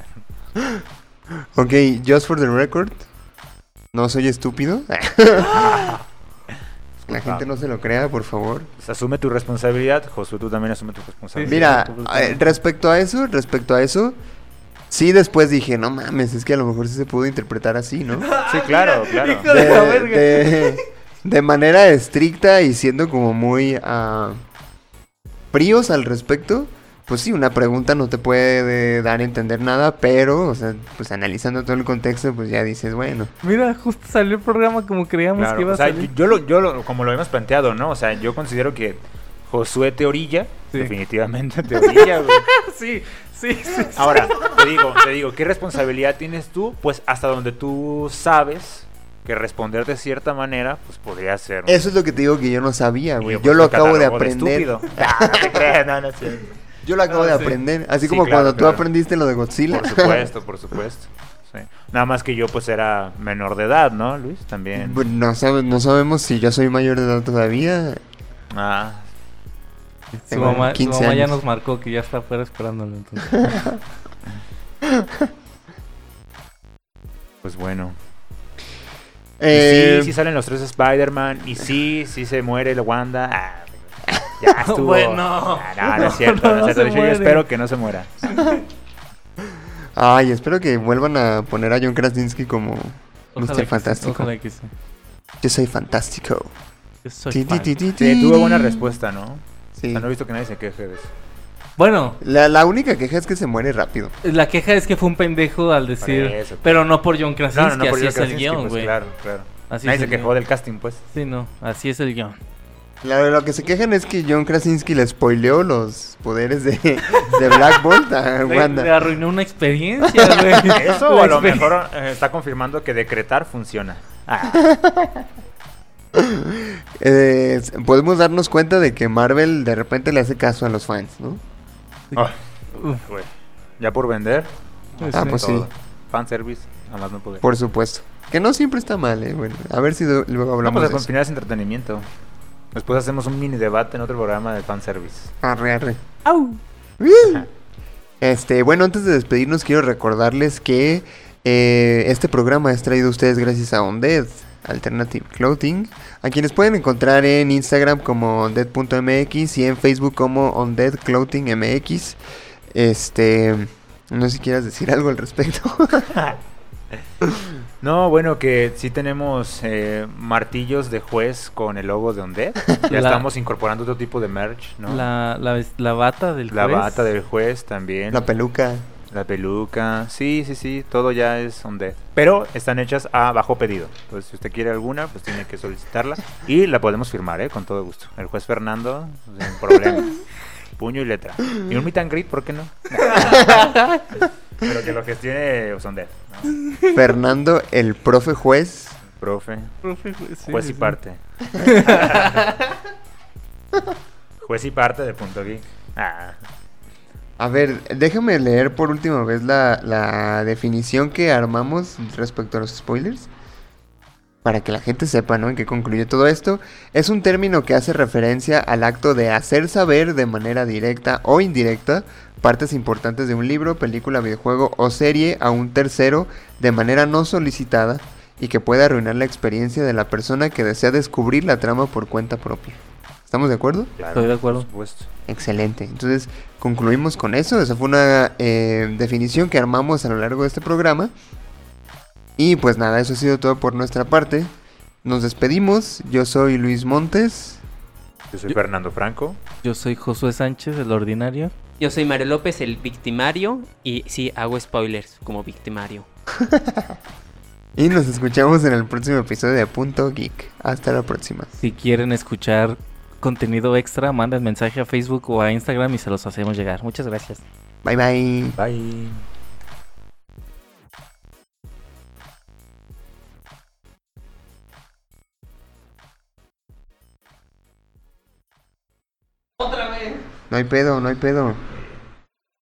Ok, just for the record, no soy estúpido. La gente no se lo crea, por favor. pues asume tu responsabilidad. Josué, tú también asume tu responsabilidad. Mira, eh, respecto a eso, respecto a eso, sí después dije, no mames, es que a lo mejor sí se pudo interpretar así, ¿no? Sí, claro, claro. hijo de la verga. de, de manera estricta y siendo como muy ah, fríos al respecto, pues sí, una pregunta no te puede dar a entender nada, pero, o sea, pues analizando todo el contexto, pues ya dices, bueno. Mira, justo salió el programa como creíamos Claro, que iba o sea, a yo, salir. yo lo, yo lo- como lo hemos planteado, ¿no? O sea, yo considero que Josué te orilla, Sí. definitivamente te orilla, güey. Sí, sí, sí. Ahora, te digo, te digo, ¿qué responsabilidad tienes tú? Pues hasta donde tú sabes que responder de cierta manera, pues podría ser. Eso es lo que te digo que yo no sabía, Y güey. pues, Yo lo me acabo de catalogó aprender. estúpido. Ah, no te creas, no, no es cierto. Yo lo acabo Ah, de sí. aprender. Así Sí, como claro, cuando claro. tú aprendiste lo de Godzilla. Por supuesto, por supuesto. Sí. Nada más que yo pues era menor de edad, ¿no, Luis? También. Pues, no, sabe- no sabemos si yo soy mayor de edad todavía. Ah, Su Tengo mamá, su quince mamá ya años. nos marcó que ya está afuera esperándolo. Entonces. pues bueno. Y Eh, sí, sí salen los tres Spider-Man. Y sí, sí se muere la Wanda. Ah, ya estuvo. Bueno. Ah, no, no es cierto. No, No, no es cierto. se De hecho, yo muere. espero que no se muera. Ay, espero que vuelvan a poner a John Krasinski como Ojalá mister que sí, Fantástico. ojalá que sí. Yo soy fantástico. Yo soy Ti, ti, fan. ti, ti, Sí, ti. tuvo buena respuesta, ¿no? O Sí. sea, no he visto que nadie se queje de eso. Bueno, La, la única queja es que se muere rápido. la queja es que fue un pendejo al decir, Por eso, pero no por John Krasinski, No, no, no, por así John es el Krasinski, guión, pues, güey. claro, claro. Así Nadie es se el quejó guión. del casting, pues. Sí, no, así es el guión. La- lo que se quejan es que John Krasinski le spoileó los poderes de, de Black Bolt a Le, le Wanda. arruinó una experiencia, güey. Eso o La a lo exper- mejor eh, está confirmando que decretar funciona. Ah, Eh, podemos darnos cuenta de que Marvel de repente le hace caso a los fans, ¿no? ah, güey. Ya por vender. Ah, pues sí, todo. Fanservice, a más no poder. por supuesto. Que no siempre está mal, ¿eh? Bueno, a ver si do- luego No, hablamos pues de al eso. final es entretenimiento. Después hacemos un mini debate en otro programa de fanservice. Arre, arre. Este, bueno, antes de despedirnos quiero recordarles que eh, este programa es traído a ustedes gracias a Undead Alternative Clothing, a quienes pueden encontrar en Instagram como undead punto m x y en Facebook como Undead Clothing M X. Este, no sé si quieras decir algo al respecto. No, bueno, que sí tenemos eh, martillos de juez con el logo de Undead. Ya La- estamos incorporando otro tipo de merch, ¿no? La, la, ves- la bata del La juez. bata del juez también. La peluca. La peluca. Sí, sí, sí. Todo ya es Undead. Pero están hechas a bajo pedido. Entonces, si usted quiere alguna, pues tiene que solicitarla. Y la podemos firmar, ¿eh? Con todo gusto. El juez Fernando, sin problema. Puño y letra. Y un meet and greet, ¿por qué no? Pero que lo gestione Undead, ¿no? Fernando, el profe juez. Profe. Profe, juez, sí, Juez y sí. parte. Juez y parte de Punto Geek. Ah. A ver, déjame leer por última vez la, la definición que armamos respecto a los spoilers. Para que la gente sepa, ¿no? En qué concluye todo esto. Es un término que hace referencia al acto de hacer saber de manera directa o indirecta partes importantes de un libro, película, videojuego o serie a un tercero de manera no solicitada y que puede arruinar la experiencia de la persona que desea descubrir la trama por cuenta propia. ¿Estamos de acuerdo? Claro, Estoy de acuerdo. Por supuesto. Excelente. Entonces concluimos con eso. Esa fue una eh, definición que armamos a lo largo de este programa. Y pues nada, eso ha sido todo por nuestra parte. Nos despedimos. Yo soy Luis Montes. Yo soy Yo- Fernando Franco. Yo soy Josué Sánchez, el ordinario. Yo soy Mario López, el victimario. Y sí, hago spoilers como victimario. Y nos escuchamos en el próximo episodio de Punto Geek. Hasta la próxima. Si quieren escuchar contenido extra, manden mensaje a Facebook o a Instagram y se los hacemos llegar. Muchas gracias. Bye bye. Bye. No hay pedo, no hay pedo.